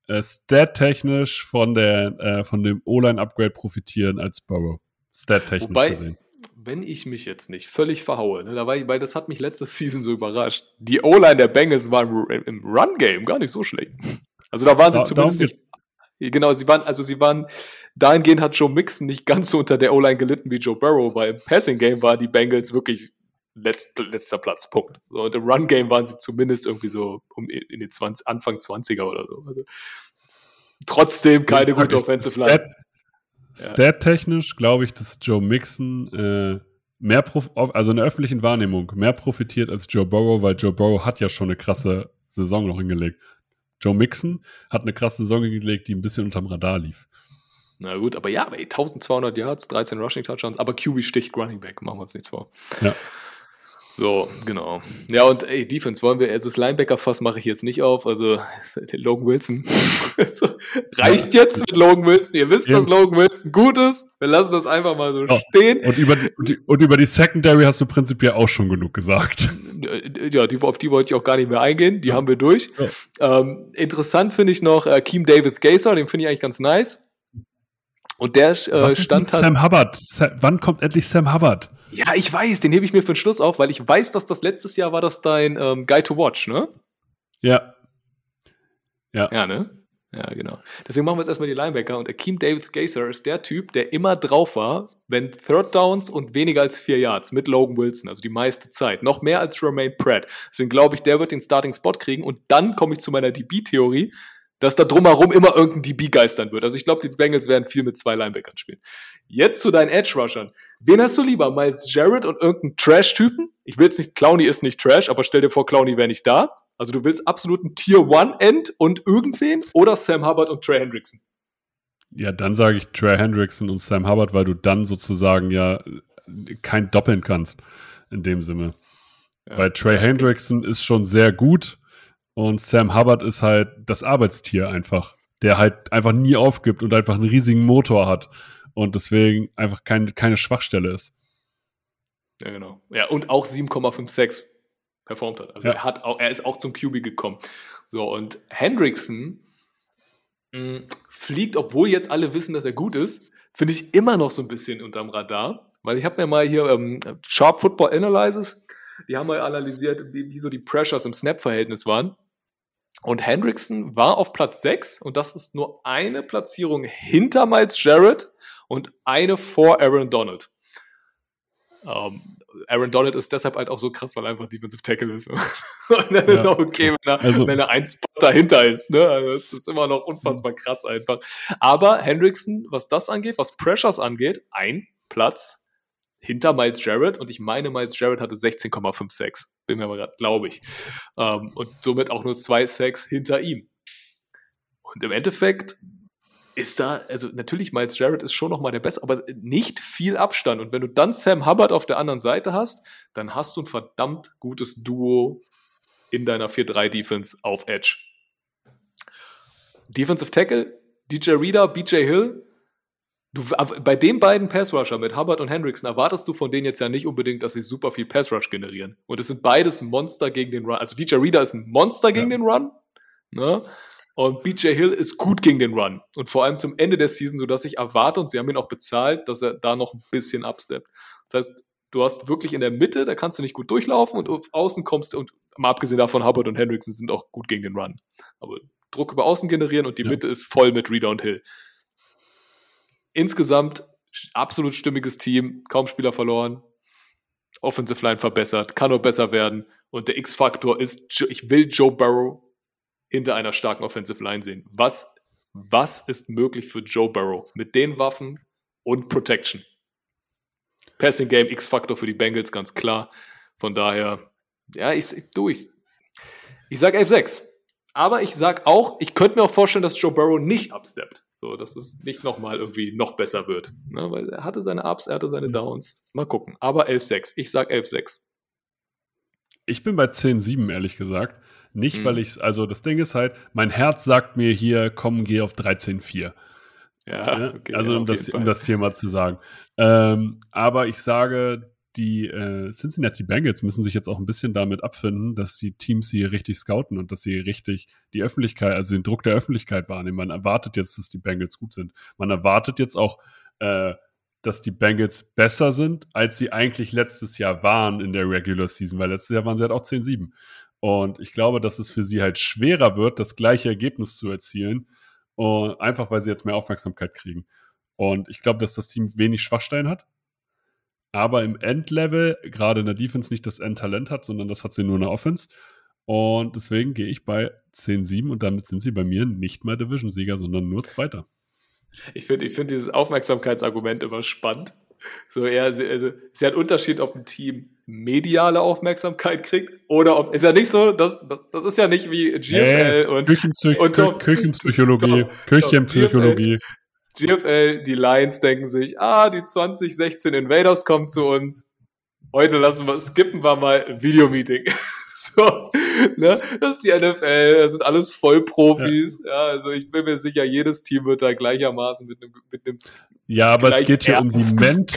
stat-technisch von dem O-Line-Upgrade profitieren als Burrow. Stat-technisch gesehen. Wenn ich mich jetzt nicht völlig verhaue, ne, weil das hat mich letzte Season so überrascht, die O-Line der Bengals war im Run-Game gar nicht so schlecht. Also da waren sie zumindest nicht. Genau, sie waren, dahingehend hat Joe Mixon nicht ganz so unter der O-Line gelitten wie Joe Burrow, weil im Passing-Game waren die Bengals wirklich letzter Platz, Punkt. So, und im Run-Game waren sie zumindest irgendwie so in den Anfang 20er oder so. Also, trotzdem keine gute Offensive Line. Stat-technisch glaube ich, dass Joe Mixon also in der öffentlichen Wahrnehmung mehr profitiert als Joe Burrow, weil Joe Burrow hat ja schon eine krasse Saison noch hingelegt. Joe Mixon hat eine krasse Saison hingelegt, die ein bisschen unterm Radar lief. Na gut, aber 1200 Yards, 13 Rushing Touchdowns, aber QB sticht Running Back, machen wir uns nichts vor. Ja. So, genau. Ja, und Defense das Linebacker-Fass mache ich jetzt nicht auf, also Logan Wilson. Reicht jetzt mit Logan Wilson, ihr wisst, dass Logan Wilson gut ist, wir lassen das einfach mal so stehen. Und über die Secondary hast du prinzipiell auch schon genug gesagt. Ja, auf die wollte ich auch gar nicht mehr eingehen, die haben wir durch. Ja. Interessant finde ich noch Keem David Gaither, den finde ich eigentlich ganz nice. Und der stand Sam Hubbard? Wann kommt endlich Sam Hubbard? Ja, ich weiß, den hebe ich mir für den Schluss auf, weil ich weiß, dass das letztes Jahr war das dein Guy to Watch, ne? Ja. Ja, ne? Ja, genau. Deswegen machen wir jetzt erstmal die Linebacker und Akeem David Gaither ist der Typ, der immer drauf war, wenn Third Downs und weniger als 4 Yards mit Logan Wilson, also die meiste Zeit. Noch mehr als Jermaine Pratt. Deswegen glaube ich, der wird den Starting Spot kriegen und dann komme ich zu meiner DB-Theorie, dass da drumherum immer irgendein DB geistern wird. Also ich glaube, die Bengals werden viel mit 2 Linebackern spielen. Jetzt zu deinen Edge-Rushern. Wen hast du lieber? Miles Jarrett und irgendeinen Trash-Typen? Ich will jetzt nicht, Clowney ist nicht Trash, aber stell dir vor, Clowney wäre nicht da. Also du willst absolut einen Tier-1-End und irgendwen oder Sam Hubbard und Trey Hendrickson? Ja, dann sage ich Trey Hendrickson und Sam Hubbard, weil du dann sozusagen ja kein doppeln kannst in dem Sinne. Ja, weil Trey Hendrickson ist schon sehr gut. Und Sam Hubbard ist halt das Arbeitstier einfach, der halt einfach nie aufgibt und einfach einen riesigen Motor hat und deswegen einfach keine Schwachstelle ist. Ja, genau. Ja, und auch 7,56 performt hat. Also ja. Er ist auch zum QB gekommen. So, und Hendrickson fliegt, obwohl jetzt alle wissen, dass er gut ist, finde ich immer noch so ein bisschen unterm Radar, weil ich habe mir mal hier Sharp Football Analysis, die haben mal analysiert, wie so die Pressures im Snap-Verhältnis waren. Und Hendrickson war auf Platz 6 und das ist nur eine Platzierung hinter Miles Jarrett und eine vor Aaron Donald. Aaron Donald ist deshalb halt auch so krass, weil er einfach Defensive Tackle ist. Und dann ist auch okay, wenn er ein Spot dahinter ist. Ne? Also das ist immer noch unfassbar krass einfach. Aber Hendrickson, was das angeht, was Pressures angeht, ein Platz hinter Miles Jarrett und ich meine, Miles Jarrett hatte 16,56. Bin mir aber gerade, glaube ich. Und somit auch nur 2 Sacks hinter ihm. Und im Endeffekt ist da, also natürlich Miles Jarrett ist schon nochmal der Beste, aber nicht viel Abstand. Und wenn du dann Sam Hubbard auf der anderen Seite hast, dann hast du ein verdammt gutes Duo in deiner 4-3-Defense auf Edge. Defensive Tackle, DJ Reader, BJ Hill. Bei den beiden Pass-Rusher mit Hubbard und Hendrickson erwartest du von denen jetzt ja nicht unbedingt, dass sie super viel Pass-Rush generieren. Und es sind beides Monster gegen den Run. Also DJ Reader ist ein Monster gegen den Run. Ne? Und BJ Hill ist gut gegen den Run. Und vor allem zum Ende der Season, sodass ich erwarte, und sie haben ihn auch bezahlt, dass er da noch ein bisschen absteppt. Das heißt, du hast wirklich in der Mitte, da kannst du nicht gut durchlaufen und auf außen kommst und mal abgesehen davon, Hubbard und Hendrickson sind auch gut gegen den Run. Aber Druck über außen generieren und die Mitte ist voll mit Reader und Hill. Insgesamt absolut stimmiges Team, kaum Spieler verloren, Offensive Line verbessert, kann nur besser werden und der X-Faktor ist, ich will Joe Burrow hinter einer starken Offensive Line sehen. Was ist möglich für Joe Burrow mit den Waffen und Protection? Passing Game X-Faktor für die Bengals, ganz klar. Von daher, ja, ich sag 11-6. Aber ich sag auch, ich könnte mir auch vorstellen, dass Joe Burrow nicht absteppt. So, dass es nicht nochmal irgendwie noch besser wird. Ne? Weil er hatte seine Ups, er hatte seine Downs. Mal gucken. Aber 11-6. Ich sag 11-6. Ich bin bei 10-7, ehrlich gesagt. Nicht, weil also das Ding ist halt, mein Herz sagt mir hier, komm, geh auf 13-4. Ja, okay, also um das hier mal zu sagen. Aber ich sage, die Cincinnati Bengals müssen sich jetzt auch ein bisschen damit abfinden, dass die Teams sie richtig scouten und dass sie richtig die Öffentlichkeit, also den Druck der Öffentlichkeit wahrnehmen. Man erwartet jetzt, dass die Bengals gut sind. Man erwartet jetzt auch, dass die Bengals besser sind, als sie eigentlich letztes Jahr waren in der Regular Season, weil letztes Jahr waren sie halt auch 10-7. Und ich glaube, dass es für sie halt schwerer wird, das gleiche Ergebnis zu erzielen, einfach weil sie jetzt mehr Aufmerksamkeit kriegen. Und ich glaube, dass das Team wenig Schwachstellen hat, aber im Endlevel, gerade in der Defense, nicht das Endtalent hat, sondern das hat sie nur in der Offense. Und deswegen gehe ich bei 10-7 und damit sind sie bei mir nicht mal Division-Sieger, sondern nur Zweiter. Ich find dieses Aufmerksamkeitsargument immer spannend. So eher, also, es ist ja ein Unterschied, ob ein Team mediale Aufmerksamkeit kriegt oder ob, ist ja nicht so, das ist ja nicht wie GFL und Küchenpsychologie. GFL, die Lions denken sich, die 2016 Invaders kommen zu uns, heute skippen wir mal Videomeeting. So, ne? Das ist die NFL, das sind alles Vollprofis. Ja, also ich bin mir sicher, jedes Team wird da gleichermaßen mit einem ja, aber es geht hier um die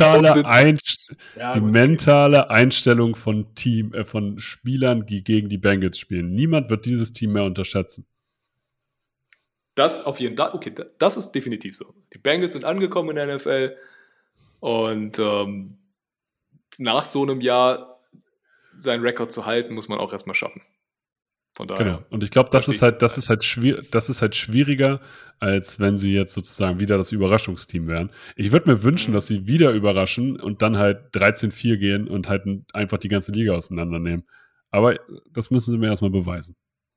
mentale Einstellung von von Spielern, die gegen die Bengals spielen. Niemand wird dieses Team mehr unterschätzen. Das auf jeden Fall, okay, das ist definitiv so. Die Bengals sind angekommen in der NFL und nach so einem Jahr seinen Rekord zu halten, muss man auch erstmal schaffen. Von daher. Genau. Und ich glaube, das ist halt schwieriger, als wenn sie jetzt sozusagen wieder das Überraschungsteam wären. Ich würde mir wünschen, dass sie wieder überraschen und dann halt 13-4 gehen und halt einfach die ganze Liga auseinandernehmen. Aber das müssen sie mir erstmal beweisen.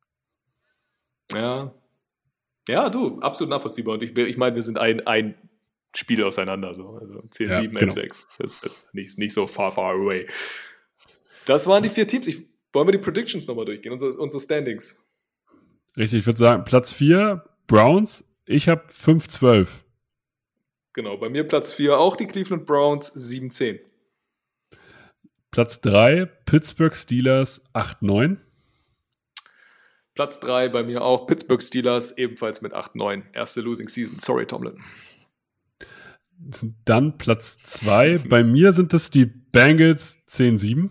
Ja, du, absolut nachvollziehbar. Und ich meine, wir sind ein Spiel auseinander. So. Also 10-7, 11-6. Das ist nicht so far away. Das waren die 4 Teams. Wollen wir die Predictions nochmal durchgehen, unsere Standings? Richtig, ich würde sagen, Platz 4, Browns. Ich habe 5-12. Genau, bei mir Platz 4 auch die Cleveland Browns, 7-10. Platz 3, Pittsburgh Steelers, 8-9. Platz 3 bei mir auch, Pittsburgh Steelers, ebenfalls mit 8-9. Erste Losing Season, sorry Tomlin. Dann Platz 2, bei mir sind es die Bengals, 10-7.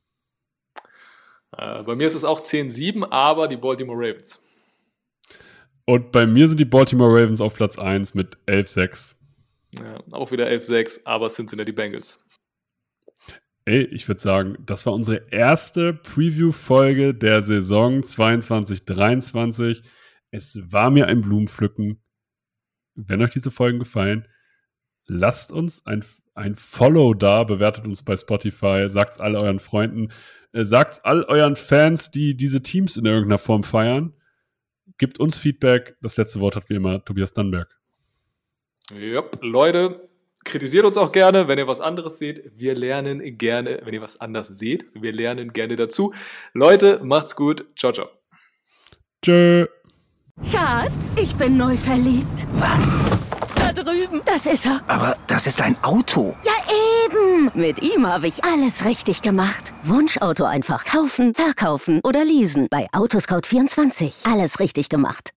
Bei mir ist es auch 10-7, aber die Baltimore Ravens. Und bei mir sind die Baltimore Ravens auf Platz 1 mit 11-6. Ja, auch wieder 11-6, aber es sind die Bengals. Ich würde sagen, das war unsere erste Preview-Folge der Saison 22-23. Es war mir ein Blumenpflücken. Wenn euch diese Folgen gefallen, lasst uns ein Follow da, bewertet uns bei Spotify, sagt's all euren Freunden, sagt's all euren Fans, die diese Teams in irgendeiner Form feiern. Gebt uns Feedback. Das letzte Wort hat wie immer Tobias Dannenberg. Yep, Leute, kritisiert uns auch gerne, wenn ihr was anderes seht. Wir lernen gerne, wenn ihr was anderes seht. Wir lernen gerne dazu. Leute, macht's gut. Ciao, ciao. Tschö. Schatz, ich bin neu verliebt. Was? Da drüben. Das ist er. Aber das ist ein Auto. Ja, eben. Mit ihm habe ich alles richtig gemacht. Wunschauto einfach kaufen, verkaufen oder leasen. Bei Autoscout24. Alles richtig gemacht.